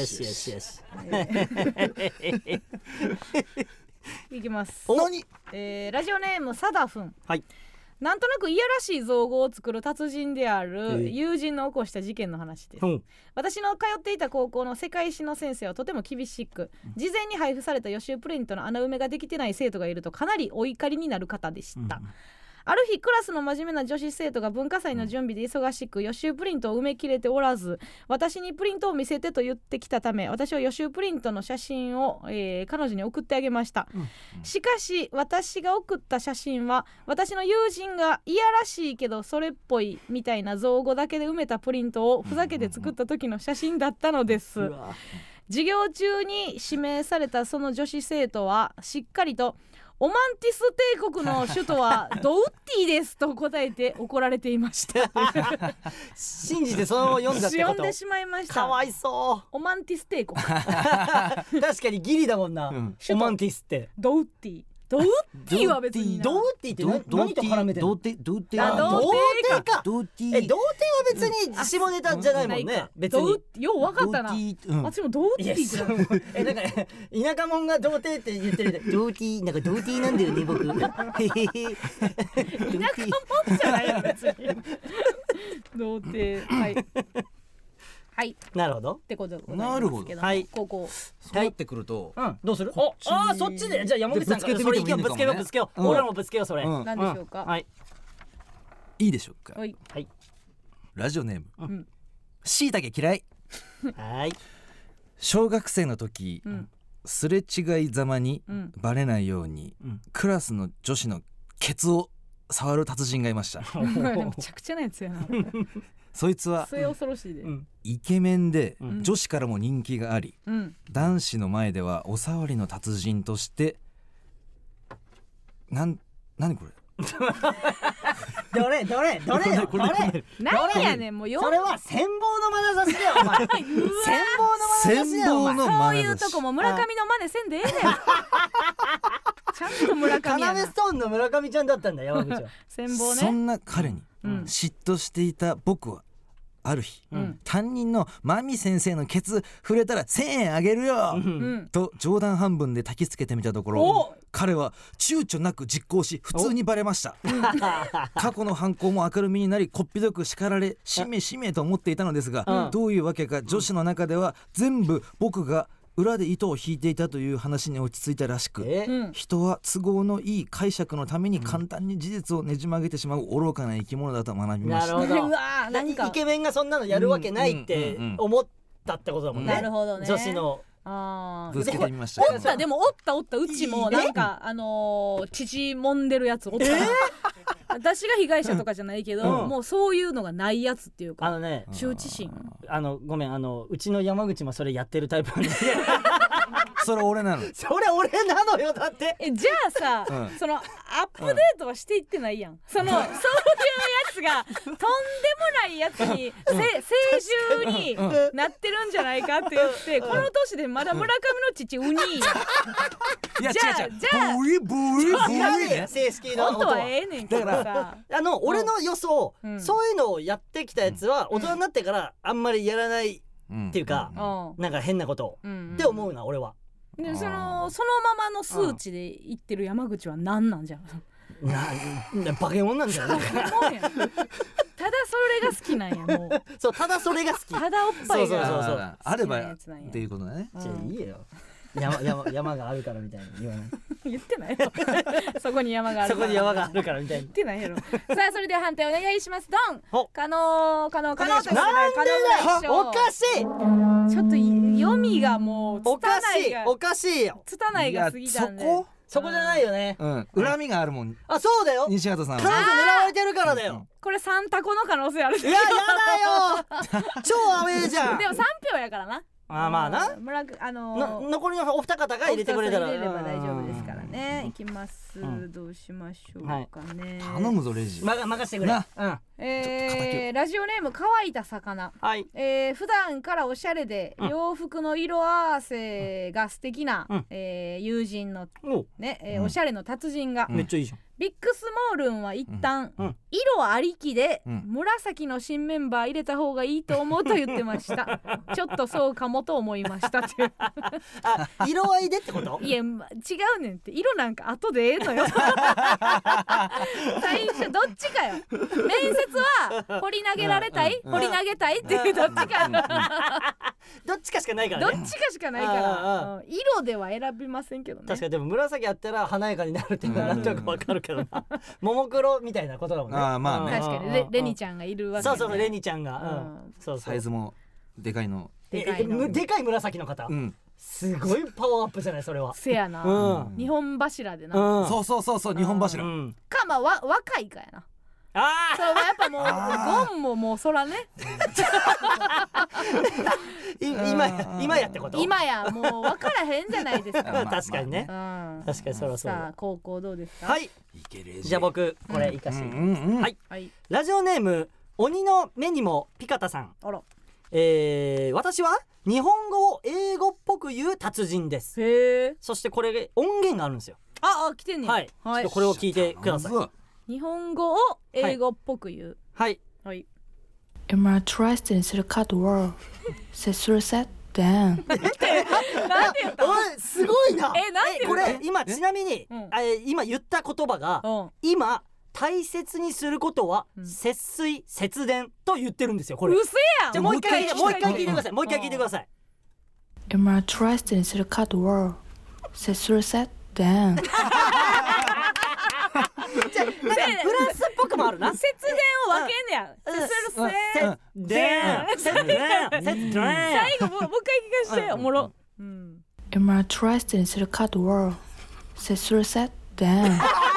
いきます。 何？ ラジオネームサダフン。 はい。 なんとなくいやらしい造語を作る達人である友人の起こした事件の話です。私の通っていた高校の世界史の先生はとても厳しく、事前に配布された予習プリントの穴埋めができてない生徒がいるとかなりお怒りになる方でした。ある日クラスの真面目な女子生徒が文化祭の準備で忙しく予習プリントを埋め切れておらず、私にプリントを見せてと言ってきたため、私は予習プリントの写真を、彼女に送ってあげました。しかし私が送った写真は私の友人がいやらしいけどそれっぽいみたいな造語だけで埋めたプリントをふざけて作った時の写真だったのです。授業中に指名されたその女子生徒はしっかりとオマンティス帝国の首都はドウッティですと答えて怒られていました信じてそのまま読んだってこと。 読んでしまいました。 かわいそう。 オマンティス帝国確かにギリだもんな、オマンティスってドウッティ。ドウッティは別にドウッティって何と絡めてんの？ 童貞か。童貞は別に下ネタじゃないもんね。別によう分かったな。私もドウッティってなんか田舎者が童貞って言ってる。童貞なんか童貞なんだよね僕。田舎者じゃないよ別に。童貞はい、 なるほどってことでございますけど、はい、ここそうなってくると、 どうする？そっちでじゃあ山口さんからそれ意見をぶつけよう。俺らもぶつけようそれ。 何でしょうか？ はい。 いいでしょうか？ はい。 ララジオネーム、 うん、 しいたけ嫌い。 はい。 小学生の時、 うん、すれ違いざまにバレないように、うん、クラスの女子のケツを触る達人がいました。 めちゃくちゃなやつやな。 そいつは恐ろしいで、 イケメンで、女子からも人気があり、男子の前ではお触りの達人として何これどれ何やねん、もうそれは羨望の眼差しだよお前。羨望の眼差しだよお前。 そういうとこも村上の真似せんでええねん。ちゃんと村上やな。 要ストーンの村上ちゃんだったんだ山口は。 羨望ね。 そんな彼に嫉妬していた僕はある日、担任のマミ先生のケツ触れたら1000円あげるよ、と冗談半分で焚きつけてみたところ、彼は躊躇なく実行し普通にバレました。過去の犯行も明るみになり、こっぴどく叱られしめしめと思っていたのですが、どういうわけか女子の中では全部僕が裏で糸を引いていたという話に落ち着いたらしく、人は都合のいい解釈のために簡単に事実をねじ曲げてしまう愚かな生き物だと学びました。 なるほど。イケメンがそんなのやるわけないって思ったってことだもんね。 なるほどね。 女子のぶつけてみました。 でもおったうちもなんか乳揉んでるやつおった。私が被害者とかじゃないけど、もうそういうのがないやつっていうか、羞恥心。 ごめん、うちの山口もそれやってるタイプなんで。 それ俺なの。 それ俺なのよ。だってじゃあさ、そのアップデートはしていってないやん。そういうやつがとんでもないやつに成獣になってるんじゃないかって言って、この年でまだ村上の父ウニー。 いやじゃあブイね、 正式な音はええねんけどさ、 俺の予想、そういうのをやってきたやつは大人になってからあんまりやらないっていうか、なんか変なことって思うな俺は。 でそのままの数値で言ってる山口は何なんじゃん。 バケモンなんじゃない。 ただそれが好きなんや。もうそう、ただそれが好き。 ただおっぱいがあればっていうことだね。 じゃあいいよ。山があるからみたいに言わない。 言ってないよ。そこに山があるから。 そこに山があるからみたいに言ってないやろ。さあそれでは判定お願いします。ドン。可能としてなんでだよ。おかしい。 ちょっと読みがもうおかしいよ。 拙いが過ぎたんで。 そこじゃないよね。 恨みがあるもん。 あ、そうだよ。 西畑さん。 彼女狙われてるからだよ。 これ3タコの可能性ある。いや、やだよ。超アウェーじゃん。 でも3票やからな。 まあな。残りのお二方が入れてくれたら入れれば大丈夫ですからね。いきます。どうしましょうかね。 頼むぞレジ。 任せてくれ。 ラジオネーム乾いた魚。普段からおしゃれで洋服の色合わせが素敵な友人のね、おしゃれの達人が。 めっちゃいいじゃん。 ビッグスモールンは一旦、色ありきで、紫の新メンバー入れた方がいいと思うと言ってました。ちょっとそうかもと思いましたって。 色合いでってこと？ いや、違うねんって。色なんか後でええのよ。最初どっちかよ。面接は掘り投げられたい、掘り投げたいっていうどっちか。 どっちかしかないからね。 どっちかしかないから、色では選びませんけどね。 確かに。でも紫あったら華やかになるっていうのはなんとなくわかるけどな。ももクロみたいなことだもんね。 まあね。 確かにレニちゃんがいるわけね。 そうレニちゃんが。 サイズもでかいの。 でかい紫の方。すごいパワーアップじゃないそれは。 せやな。日本柱でな。 そう日本柱。 かまあ若いかやな。そうやっぱもうゴンもうそらね。 今やってこと？ 今やもう分からへんじゃないですか。 確かにね。確かにそらそう。 さあ高校どうですか？ はい。じゃあ僕これ生かして。はい。ラジオネーム鬼の目にもピカタさん。私は日本語を英語っぽく言う達人です。そしてこれ音源があるんですよ。 来てんねん。 はい。ちょっとこれを聞いてください。 日本語を英語っぽく言う。 はい。 Am I trusted in the cut world? Say suicide then. なんて言った？ おいすごいな。 なんて言った？ これ今ちなみに今言った言葉が今大切にすることは節水節電と言ってるんですよ。これ。 うせやん。 じゃあもう一回聞いてください。もう一回聞いてください。 Am I trusted in the cut world? Say suicide then. なんかフランスっぽく曲もあるな。 節電を分けんねや。 節電最後もう一回聞かせて。おもろ。 Am I trusted in the cut world? Set then.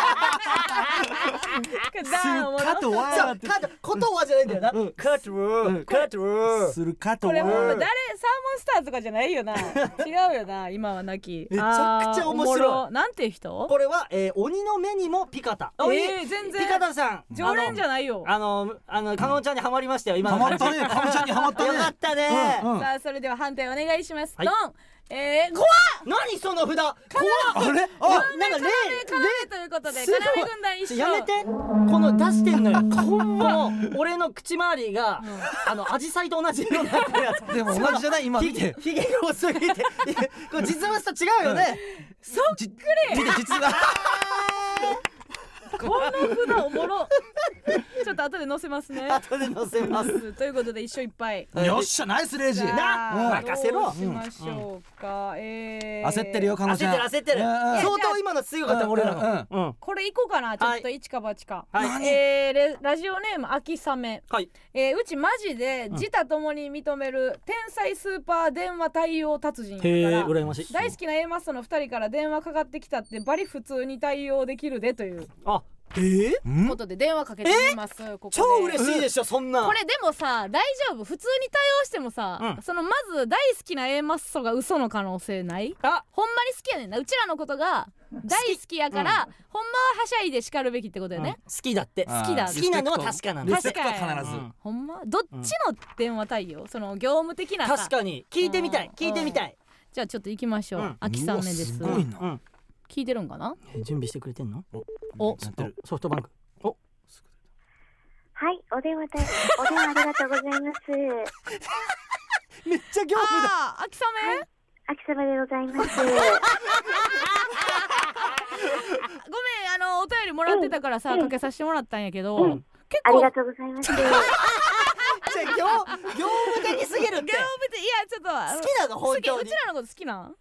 カトワーってことはじゃないんだよな。カトワするカトこれもうワー。 サーモンスターとかじゃないよな。違うよな。今はなき。 めちゃくちゃ面白い。 なんていう人？ これは鬼の目にもピカタ。 全然。 ピカタさん。 常連じゃないよ。 加納ちゃんにハマりましたよ。今ハマったね。加納ちゃんにハマったね。 よかったね。 さあそれでは判定お願いします。ドン。怖っ。 何その札。怖っ。 あれ？ なんか要ということで要軍団一緒。 やめて。この出してんのよ。ほんま俺の口周りがアジサイと同じ色になってるやつ。 でも同じじゃない？今見て。 ひげが多すぎて。これ実物と違うよね。 そっくり。 見て実は。 この札おもろ。ちょっと後で載せますね。 後で載せます。 ということで一緒いっぱい。 よっしゃナイスレイジ。 任せろ。 どうしましょうか。 焦ってるよ加納ちゃん。 焦ってる。相当今の強かった俺らの。 これいこうかな。ちょっと一か八か。ラジオネーム秋雨。うちマジで自他ともに認める天才スーパー電話対応達人やから。 羨ましい。 大好きな A マッソの2人から電話かかってきたってバリ普通に対応できるでということで電話かけてみます。ここで超嬉しいでしょそんな。 これでもさ大丈夫？普通に対応してもさ、そのまず大好きな A マッソが嘘の可能性ない？ほんまに好きやねんな。うちらのことが大好きやから、ほんまははしゃいで叱るべきってことよね。 好きだって。 好きなのは確かなんだ。 確かに必ず。 ほんまどっちの電話対応？その業務的なさ。 確かに聞いてみたい。 じゃあちょっと行きましょう。秋雨です。 すごいな。 聞いてるんかな？ 準備してくれてんの？ソフトバンク。 はい、お電話ありがとうございます。 めっちゃ業務だ。 秋雨？ 秋雨でございます。 ごめんお便りもらってたからさかけさせてもらったんやけど、結構ありがとうございます。 業務的すぎるって。 業務的いやちょっと好きなの本当に。 うちらのこと好きなん？ はい、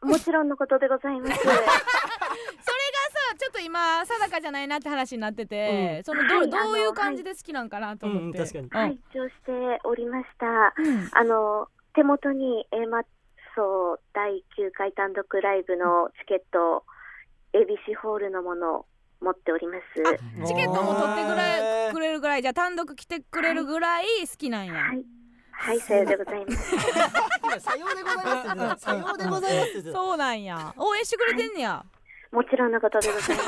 もちろんのことでございます。 それがさちょっと今定かじゃないなって話になってて、そのどういう感じで好きなんかなと思って。 確かに。 拝聴しておりました。手元に A マッソ第9回単独ライブのチケット ABC ホールのものを持っております。 チケットも取ってくれるぐらい、じゃあ単独来てくれるぐらい好きなんや。 はい、さようでございます。 さようでございます。さようでございます。 そうなんや。応援してくれてんねや。 もちろんのことでございます。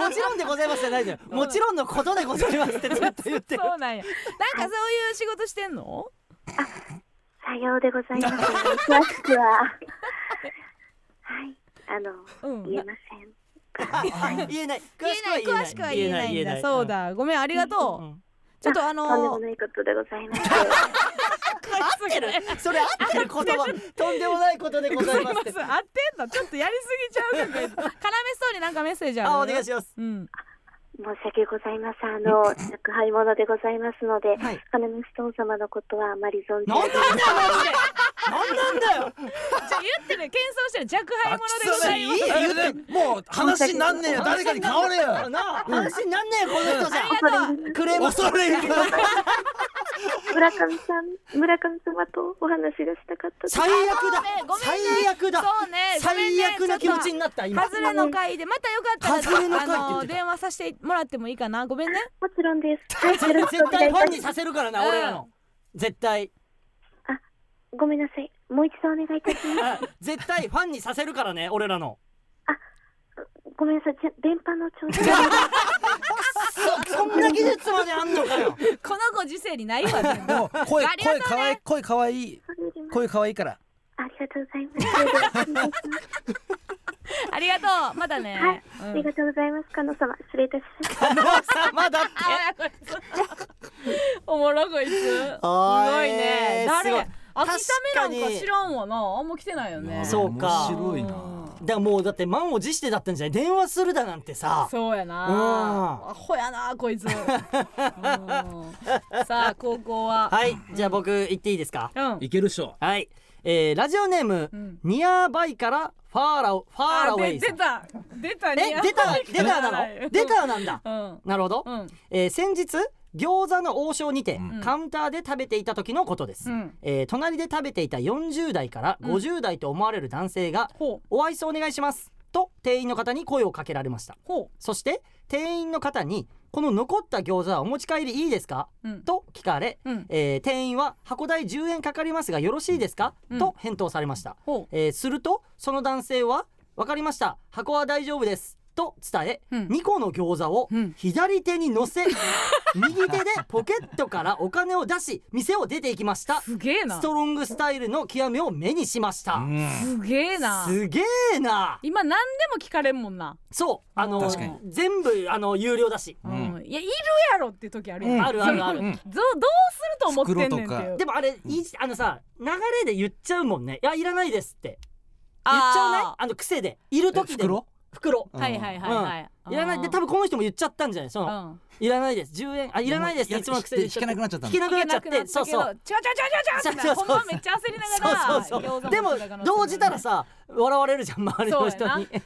もちろんでございますじゃないじゃん。もちろんのことでございますってずっと言ってる。 そうなんや。なんかそういう仕事してんの？ さようでございます。詳しくははい言えません。 言えない。 詳しくは言えないんだ。そうだ。ごめんありがとう。ちょっととんでもないことでございます。 合ってる？それ合ってる言葉。とんでもないことでございますって。 合ってんの？ちょっとやりすぎちゃうか。要そうになんかメッセージある？ お願いします。 申し訳ございません。宅配物でございますので、カナメストーン様のことはあまり存じ上げません。 なんだよ。 じゃあ言ってる、謙遜してる。若輩者でございます。 もう話になんねえよ。誰かに変われよ。 話になんねえよこの人じゃ。 クレーム恐れ入る。 村上様とお話がしたかった。 最悪だ。最悪だ。 そうね。 最悪な気持ちになった今。 外れの回でまたよかったら電話させてもらってもいいかな。ごめんね。 もちろんです。 絶対ファンにさせるからな俺らの。絶対。 ごめんなさい。もう一度お願いいたします。 絶対ファンにさせるからね俺らの。 ごめんなさい。電波の調子そんな技術まであんのかよ。 このご時世にないわ。 もう声かわいい。声かわいいから。 ありがとうございます。 ありがとう。まだね。 はい。ありがとうございます。加納様、失礼いたします。 加納様だって。 おもろこいつ。すごいね。誰？秋雨なんか知らんわな。あんま来てないよね。 そうか。 面白いな。 だからもうだって満を持してだったんじゃない。電話するだなんてさ。 そうやな。アホやなこいつ。さあ高校は。 はい。じゃあ僕言っていいですか。 いけるっしょ。 はい。 ラジオネーム、ニアバイからファーラウェイさん。 出たなんだ、なるほど、先日餃子の王将にてカウンターで食べていた時のことです、隣で食べていた40代から50代と思われる男性が、お愛想お願いしますと店員の方に声をかけられました。そして店員の方にこの残った餃子はお持ち帰りいいですか、と聞かれ、店員は箱代10円かかりますがよろしいですか、と返答されました。するとその男性はわかりました、箱は大丈夫ですと伝え、2個の餃子を左手に乗せ、右手でポケットからお金を出し店を出ていきました。 すげえな。 ストロングスタイルの極めを目にしました。 すげえな。今何でも聞かれんもんな。 そう、全部有料だし、 いやいるやろっていう時あるよ、 あるどうすると思ってんねんっていう。 でもあれさ、流れで言っちゃうもんね。いやいらないですって言っちゃうね。癖でいる時で袋はいいらないで、多分この人も言っちゃったんじゃない。いらないです10円いらないですっていつもの癖で引けなくなっちゃった。 引けなくなっちゃって、そうそう違うほんまめっちゃ焦りながら。 でも動じたらさ笑われるじゃん、周りの人に。いる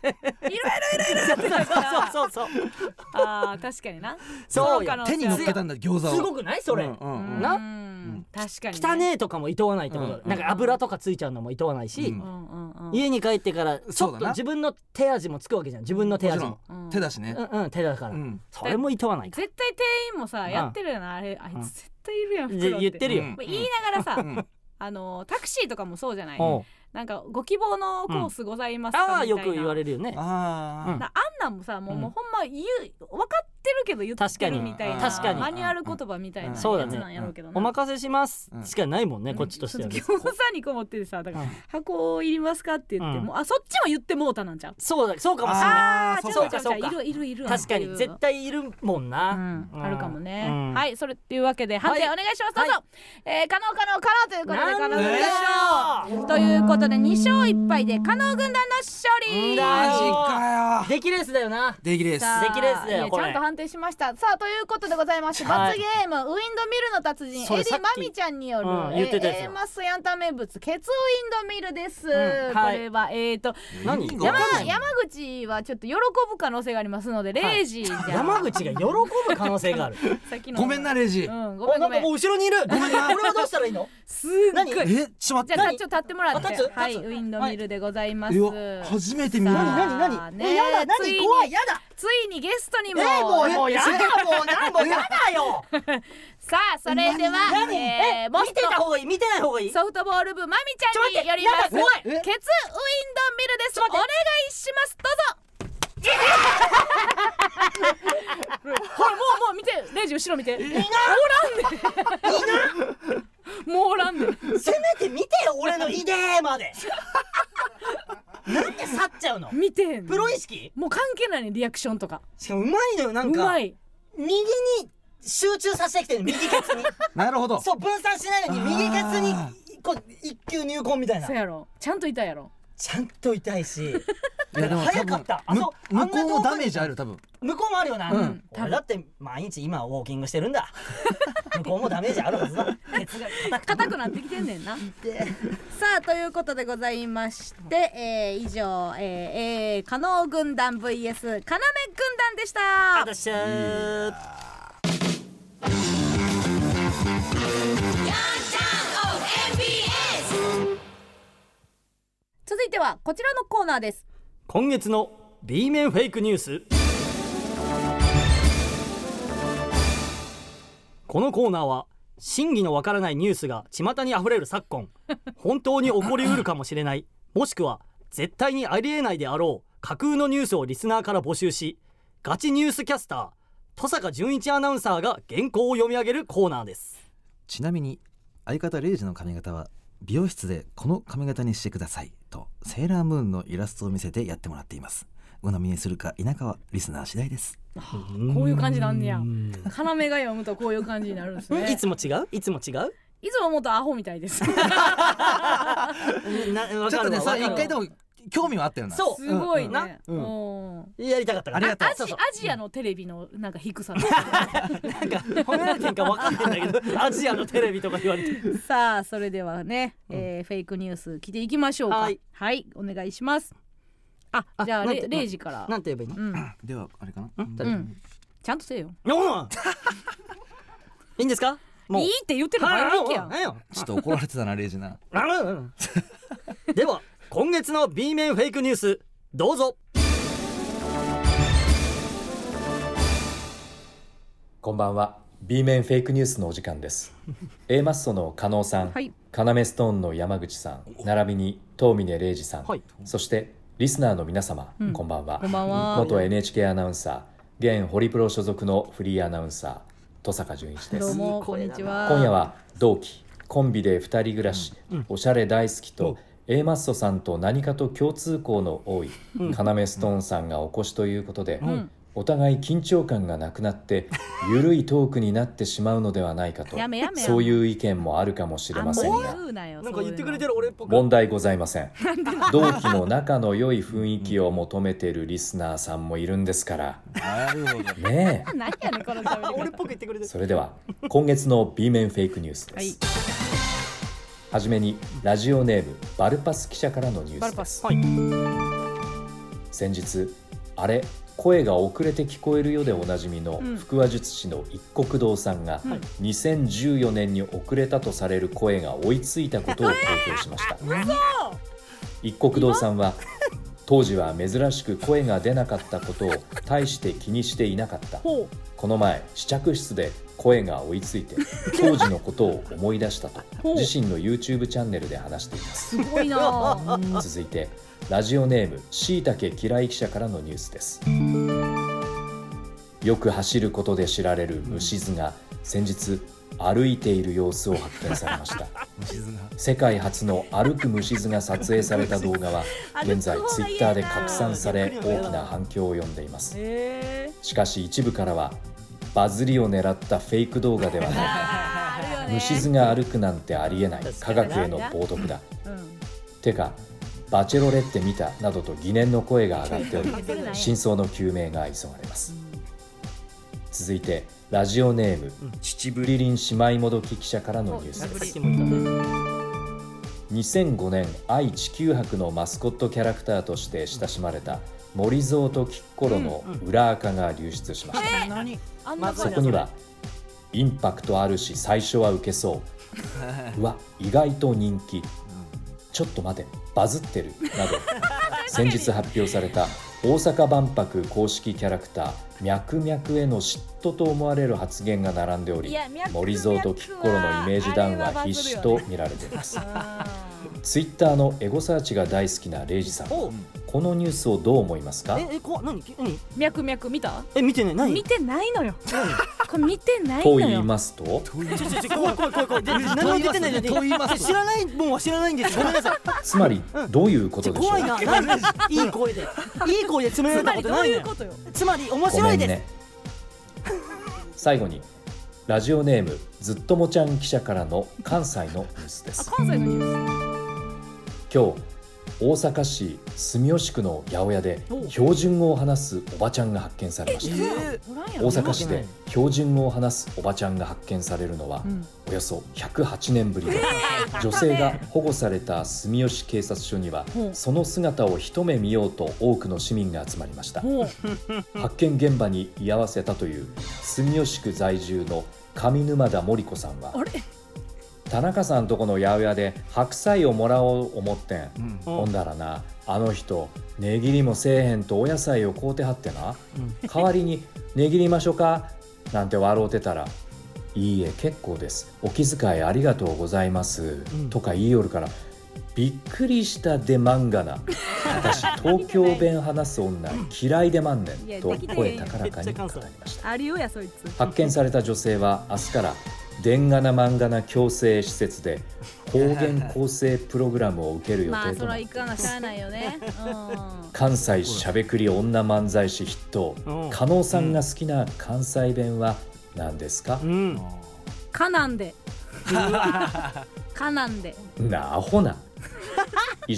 そう確かにな。 そう手に乗っけたんだ餃子を。 すごくないそれな。 確かに汚ねえとかも厭わないってこと。なんか油とかついちゃうのも厭わないし、家に帰ってからちょっと自分の手味もつくわけじゃん。自分の手味も手だしね。 手だからそれも厭わない。 絶対店員もさやってるよな、あれ。あいつ絶対いるやん袋って言ってるよ。 言いながらさ、タクシーとかもそうじゃない。なんかご希望のコースございますかみたいな。 よく言われるよね。 あんなんもさ、もうほんま分かってるけど言ってるみたいな。 確かにマニュアル言葉みたいなやつなんやろうけどな。 お任せしますしかないもんね、こっちとしては。 餃子2個持っててさ、だから箱いりますかって言っても、そっちも言ってもうたなんちゃう。 そうかもしれない。 そうかいる確かに絶対いるもんな。 あるかもね。はい、それっていうわけで判定お願いします。どうぞ。可能ということで可能でしょうということで2勝1敗で可能軍団の勝利。 マジかよ。出来レースだよな。 出来レースだよ。 ちゃんと判定しました。さあということでございまして、罰ゲームウィンドミルの達人エディマミちゃんによるAマスヤンタ名物ケツウィンドミルです。これは山口はちょっと喜ぶ可能性がありますので、レイジ山口が喜ぶ可能性がある。 ごめんなレイジ。 ごめんもう後ろにいる。ごめんな。俺はどうしたらいいの。 すっごい。 ちょっと待って。 じゃあちょっと立ってもらって。はい、ウィンドミルでございます。 初めて見る。 何やだ、怖い、やだ。 ついにゲストにももうやだよ。 さあそれでは見てた方がいい見てない方がいい。 ソフトボール部マミちゃんによりますケツウィンドミルです。お願いします。どうぞ。ほらもう見て、レイジ後ろ見て。もうおらんねん。 せめて見てよ、俺のイデーまで。なんで去っちゃうの。 見てんの。 プロ意識もう関係ないね、リアクションとか。 しかもうまいのよ。なんか右に集中させてきてる。右ケツに。 なるほど。 そう、分散しないように右ケツにこう一球入魂みたいな。 そうやろ。ちゃんと痛いやろ。 ちゃんと痛いし。 いやでも早かった。 向こうもダメージある。多分向こうもあるよな。俺だって毎日今ウォーキングしてるんだ。向こうもダメージあるはずだ。ケツが硬くなってきてんねんな。さあということでございまして、以上加納軍団 VS 要軍団でした。 あだっしゃ続いてはこちらのコーナーです。 今月の B 面フェイクニュース。このコーナーは真偽のわからないニュースが巷にあふれる昨今、本当に起こりうるかもしれない、もしくは絶対にありえないであろう架空のニュースをリスナーから募集し、ガチニュースキャスター登坂淳一アナウンサーが原稿を読み上げるコーナーです。 ちなみに相方レイジの髪型は美容室でこの髪型にしてくださいとセーラームーンのイラストを見せてやってもらっています。お飲みにするか否かはリスナー次第です。 こういう感じなんねや。要が読むとこういう感じになるんですね。 いつも違ういつももっとアホみたいです。 ちょっとね、一回でも興味はあったよな。 そうすごいね、 やりたかったから。 ありがとう。 アジアのテレビのなんか低さなんか褒められてんか分かってんだけどアジアのテレビとか言われてさあそれではね、フェイクニュース聞いていきましょうか。はい、お願いします。じゃあ0時からなんて言えばいいの？ ではあれかな、 ちゃんとせえよ。 いいんですか？ いいって言ってるからいいやん。 ちょっと怒られてたな0時な。 では今月の B 面フェイクニュースどうぞ。 こんばんは。 B 面フェイクニュースのお時間です。A マッソの加納さん、カナメストーンの山口さん、並びに東峰礼二さん、そしてリスナーの皆様、こんばんは。元 NHK アナウンサー、現ホリプロ所属のフリーアナウンサー登坂淳一です。 どうもこんにちは。 今夜は同期コンビで2人暮らし、おしゃれ大好きと、A マッソさんと何かと共通項の多いカナメストーンさんがお越しということで、お互い緊張感がなくなってゆるいトークになってしまうのではないかとそういう意見もあるかもしれませんが、問題ございません。同期の仲の良い雰囲気を求めているリスナーさんもいるんですからねえ。 何やねんこの喋り方。 俺っぽく言ってくれてる。 それでは今月の B 面フェイクニュースです。はじめにラジオネームバルパス記者からのニュースです。先日あれ声が遅れて聞こえるよでおなじみの腹話術師の一国堂さんが2014年に遅れたとされる声が追いついたことを公表しました。一国堂さんは当時は珍しく声が出なかったことを大して気にしていなかった。この前試着室で声が追いついて当時のことを思い出したと自身の YouTube チャンネルで話しています。 すごいな。 続いてラジオネームしいたけ嫌い記者からのニュースです。よく走ることで知られる虫図が先日歩いている様子を発見されました。世界初の歩く虫図が撮影された動画は現在ツイッターで拡散され大きな反響を呼んでいます。しかし一部からはバズりを狙ったフェイク動画ではない、虫図が歩くなんてありえない、科学への冒涜だ、てかバチェロレッテ見たなどと疑念の声が上がっており真相の究明が急がれます。続いてラジオネーム秩父リリン姉妹もどき記者からのニュースです。2005年愛・地球博のマスコットキャラクターとして親しまれた森蔵とキッコロの裏垢が流出しました。そこにはインパクトあるし最初はウケそう、うわ意外と人気、ちょっと待てバズってるなど先日発表された大阪万博公式キャラクターミャクミャクへの嫉妬と思われる発言が並んでおり、森蔵とキッコロのイメージダウンは必至と見られています。ツイッターのエゴサーチが大好きなレイジさん、このニュースをどう思いますか？ 何ミャクミャク見た？ 見てない。何？ 見てないのよ。これ見てないのよ。 と言いますと？ 怖い何も出てないので知らないもんは知らないんです。ごめんなさい。 つまりどういうことでしょう？ 怖いな。いい声で詰められたことないのよ。つまり面白いです。ね、 最後にラジオネームずっともちゃん記者からの関西のニュースです。 関西のニュース。 今日大阪市住吉区の八百屋で標準語を話すおばちゃんが発見されました。大阪市で標準語を話すおばちゃんが発見されるのはおよそ108年ぶりで、女性が保護された住吉警察署にはその姿を一目見ようと多くの市民が集まりました。発見現場に居合わせたという住吉区在住の上沼田森子さんは、田中さんとこの八百屋で白菜をもらおう思ってん、ほんだらなあの人値切りもせえへんとお野菜を買うてはってな、代わりに値切りましょかなんて笑うてたら、いいえ結構です、お気遣いありがとうございます、とか言いよるから、びっくりしたでまんがな、私東京弁話す女嫌いでまんねんと声高らかに語りました。発見された女性は明日からでんがなまんがな矯正施設で方言構成プログラムを受ける予定となっています。関西しゃべくり女漫才師筆頭加納さんが好きな関西弁は何ですか？ かなんでかなんでなアホな。以上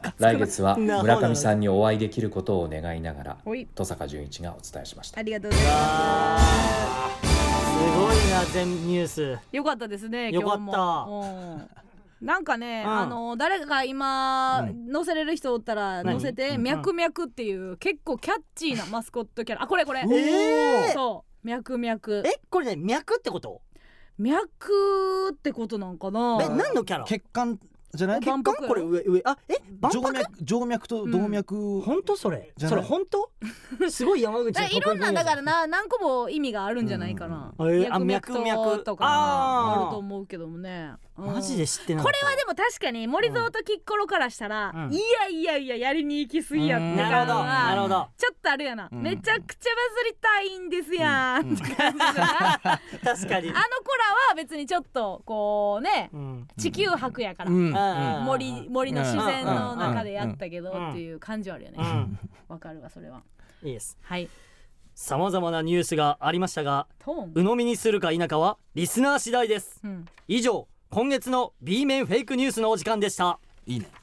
来月は村上さんにお会いできることを願いながらはい登坂淳一がお伝えしました。 ありがとうございますすごいな全ニュース。 よかったですねよかった今日もなんかね、誰か今、載せれる人おったら載せて、ミャクミャクっていう結構キャッチーなマスコットキャラ、これそうミャクミャク。 これね脈ってこと？ 脈ってことなんかな。 何のキャラ？ 血管じゃない？ 血管これ上静脈と動脈、 本当それ本当すごい山口のいろんなだから何個も意味があるんじゃないかな。 脈とかあると思うけどもね。 マジで知ってなかった。 これはでも確かに森蔵とキッコロからしたら、いややりに行き過ぎやって感じはちょっとあるやな。めちゃくちゃバズりたいんですやんって感じだな。 確かにあの子らは別にちょっとこうね、地球博やから、森の自然の中でやったけどっていう感じはあるよね。わかるわそれは。 いいです。 はい。 さまざまなニュースがありましたが、鵜呑みにするか否かはリスナー次第です。以上今月の B 面フェイクニュースのお時間でした。 いいね。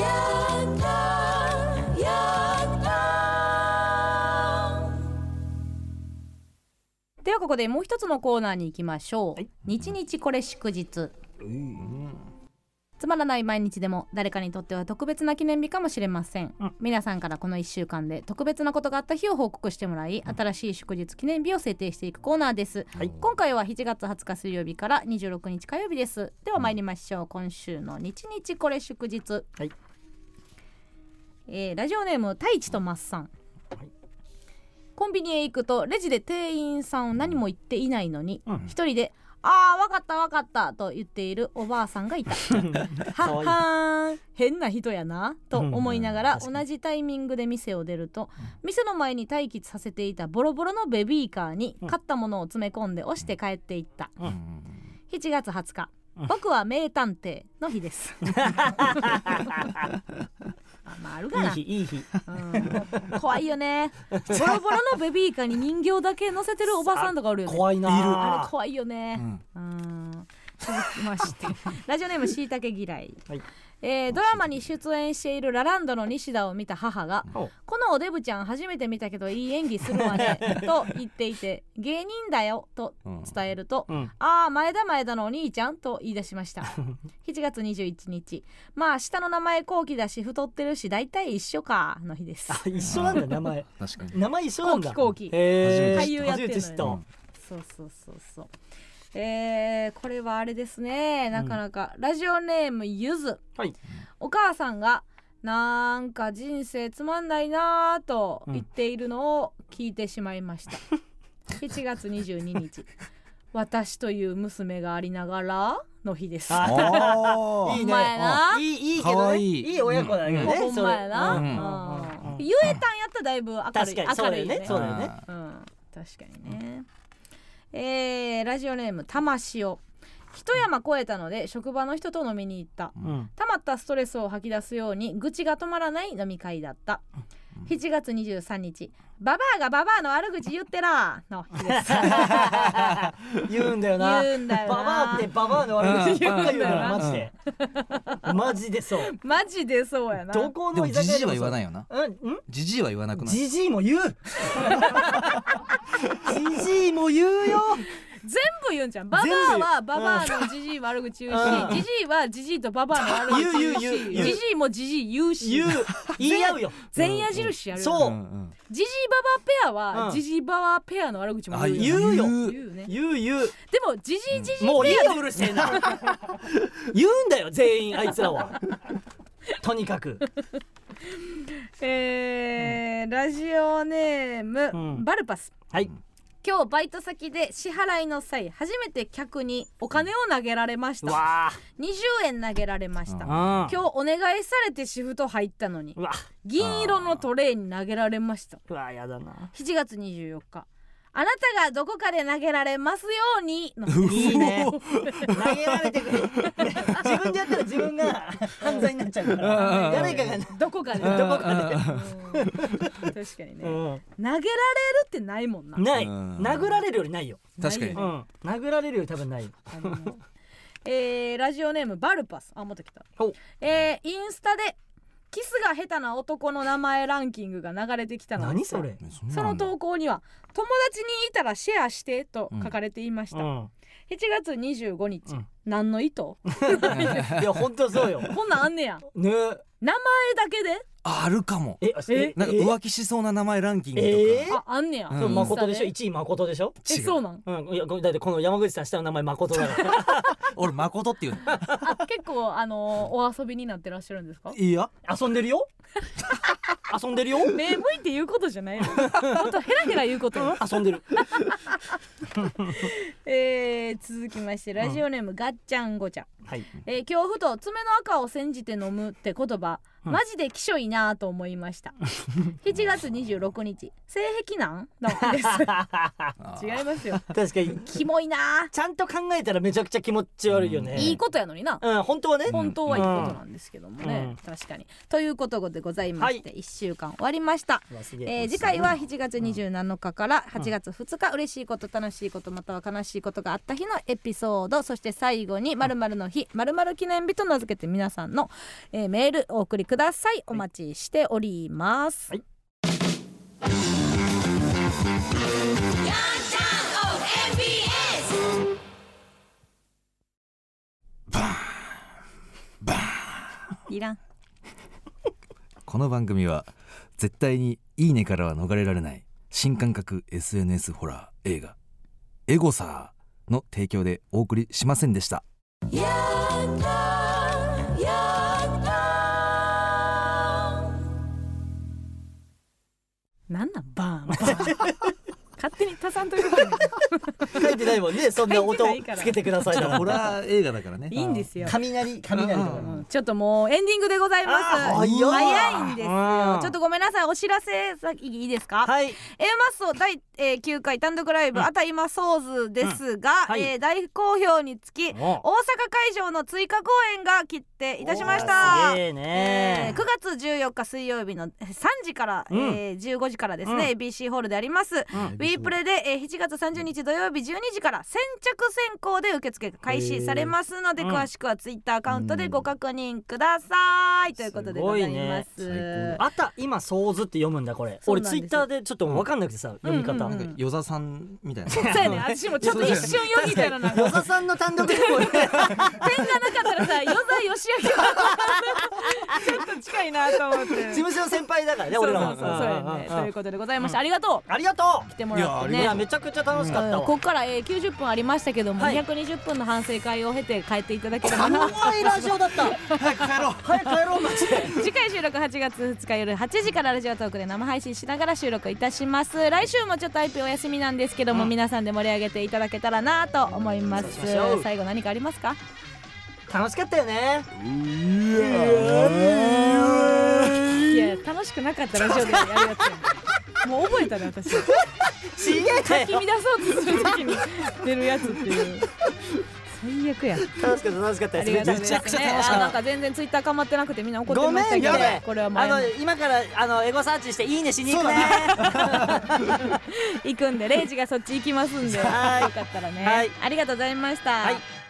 ではここでもう一つのコーナーに行きましょう。日々これ祝日。つまらない毎日でも誰かにとっては特別な記念日かもしれません。皆さんからこの1週間で特別なことがあった日を報告してもらい、新しい祝日記念日を制定していくコーナーです。今回は7月20日水曜日から26日火曜日です。では参りましょう。今週の日々これ祝日。ラジオネーム太一とマッサン。コンビニへ行くとレジで店員さん何も言っていないのに一人でわかったと言っているおばあさんがいた。ははーん、変な人やなと思いながら同じタイミングで店を出ると、店の前に待機させていたボロボロのベビーカーに買ったものを詰め込んで押して帰っていった。7月20日、僕は名探偵の日です。あるがな。いい日。怖いよね。ボロボロのベビーカーに人形だけ乗せてるおばさんとかおるよね。 怖いな。 あれ怖いよね。続きましてラジオネームしいたけ嫌い。ドラマに出演しているラランドの西田を見た母が、このおデブちゃん初めて見たけどいい演技するわねと言っていて、芸人だよと伝えると、前田のお兄ちゃんと言い出しました。7月21日、まあ下の名前後期だし太ってるし大体一緒かの日です。 一緒なんだ名前。 確かに名前一緒なんだ。 後期俳優やってるのよ。そう。これはあれですね、なかなか。ラジオネームゆず。お母さんがなんか人生つまんないなと言っているのを聞いてしまいました。7月22日、私という娘がありながらの日です。いいね。 いいけどね。いい親子だけどね。 ほんまやな。言えたんやったらだいぶ明るいよね。 そうだよね。 確かにね。ラジオネームたましお。一山越えたので職場の人と飲みに行った。たまったストレスを吐き出すように愚痴が止まらない飲み会だった。7月23日、ババアがババアの悪口言ってらの日です。 言うんだよな。ババアってババアの悪口ばっかり言うからマジで。マジでそう。 マジでそうやな。 どこの居酒屋でも。 ジジイは言わないよな。ジジイは言わなくない。 ジジイも言う。ジジイも言うよ。 全部言うんじゃん。ババアはババアのジジイ悪口言うし、ジジイはジジイとババアの悪口言うし、ジジイもジジイ言うし、 言い合うよ。 全矢印やる。 そう。 ジジイババアペアはジジイババアペアの悪口も言うよ。言う。 でもジジイジジイもういいようるせえな。言うんだよ全員あいつらは。とにかく。 ラジオネームバルパス。今日バイト先で支払いの際初めて客にお金を投げられました。20円投げられました。今日お願いされてシフト入ったのに銀色のトレイに投げられました。 やだな。 7月24日、あなたがどこかで投げられますようにの。 いいね。投げられてくれ。自分でやったら自分が犯罪になっちゃうから。誰かがどこかで。確かにね。投げられるってないもんな。 ない。殴られるよりないよ。 確かに。 殴られるより多分ない。 ラジオネームバルパス。また来た。インスタでキスが下手な男の名前ランキングが流れてきたのです。 何それ。 その投稿には友達にいたらシェアしてと書かれていました、7月25日、何の意図いや本当そうよ。 こんなんあんねやね、 名前だけであるかも。 えなんか浮気しそうな名前ランキングとか。 あんねや。 誠でしょ。1位誠でしょ。 そうなん。 いやだってこの山口さん下の名前誠だから。 俺誠っていうの。 結構お遊びになってらっしゃるんですか？ いや遊んでるよ。遊んでるよ。 目向いて言うことじゃないの。本当ヘラヘラ言うことよ。 遊んでる。 続きましてラジオネームガッチャンゴチャ。 はい。 今日ふと爪の赤を煎じて飲むって言葉、マジできしょいなと思いました。7月26日性癖なんのです違いますよ。 確かにキモいな。 ちゃんと考えたらめちゃくちゃ気持ち悪いよね。 いいことやのにな。 本当はね。 本当はいいことなんですけどもね、確かに。ということでございまして、1週間終わりました。次回は7月27日から8月2日、嬉しいこと楽しいことまたは悲しいことがあった日のエピソード、そして最後に〇〇の日〇〇記念日と名付けて皆さんの、メールお送りください。お待ちしております。はい。いらん。 この番組は絶対にいいねからは逃れられない新感覚 SNS ホラー映画エゴサーの提供でお送りしませんでした。 なんなんバーンバーン勝手に足さんというか書いてないもんね。そんな音つけてください。 ホラー映画だからね。 いいんですよ。 雷とか、 ちょっともうエンディングでございます。早いんですよ。ちょっとごめんなさい。お知らせいいですか？ はい。 マッソ第9回単独ライブあた今ソーズですが、大好評につき大阪会場の追加公演が決定いたしました。 すげえね。 9月14日水曜日の3時から、15時からですね、ABC ホールであります、B プレで、7月30日土曜日12時から先着先行で受付が開始されますので、詳しくはツイッターアカウントでご確認ください、ということでございます。 あた今ソーズって読むんだこれ。俺ツイッターでちょっと分かんなくてさ、読み方なんか与座さんみたいな。 そうやね。私もちょっと一瞬読みたいな。 与座さんの単独でもね点がなかったらさ与座義明はちょっと近いなと思って。 事務所の先輩だからね俺らは。 そうやね。ということでございました。ありがとう。 ありがとう。 来てもらってね。 いやめちゃくちゃ楽しかったわ。 ここから90分ありましたけども、220分の反省会を経て帰っていただければな。 怖いラジオだった。早く帰ろうマジで。 次回収録8月2日夜8時からラジオトークで生配信しながら収録いたします。来週もちょっと IP お休みなんですけども、皆さんで盛り上げていただけたらなと思います。最後何かありますか？ 楽しかったよね。 いや楽しくなかったラジオでやるやつもう覚えたね私。かき乱そうとする時に出るやつっていう。最悪や。 楽しかったです。 めちゃくちゃ楽しかった。なんか全然ツイッターかまってなくてみんな怒ってましたけど、これは今からエゴサーチしていいねしに行くね。 行くんでレイジがそっち行きますんで、よかったらね。ありがとうございました。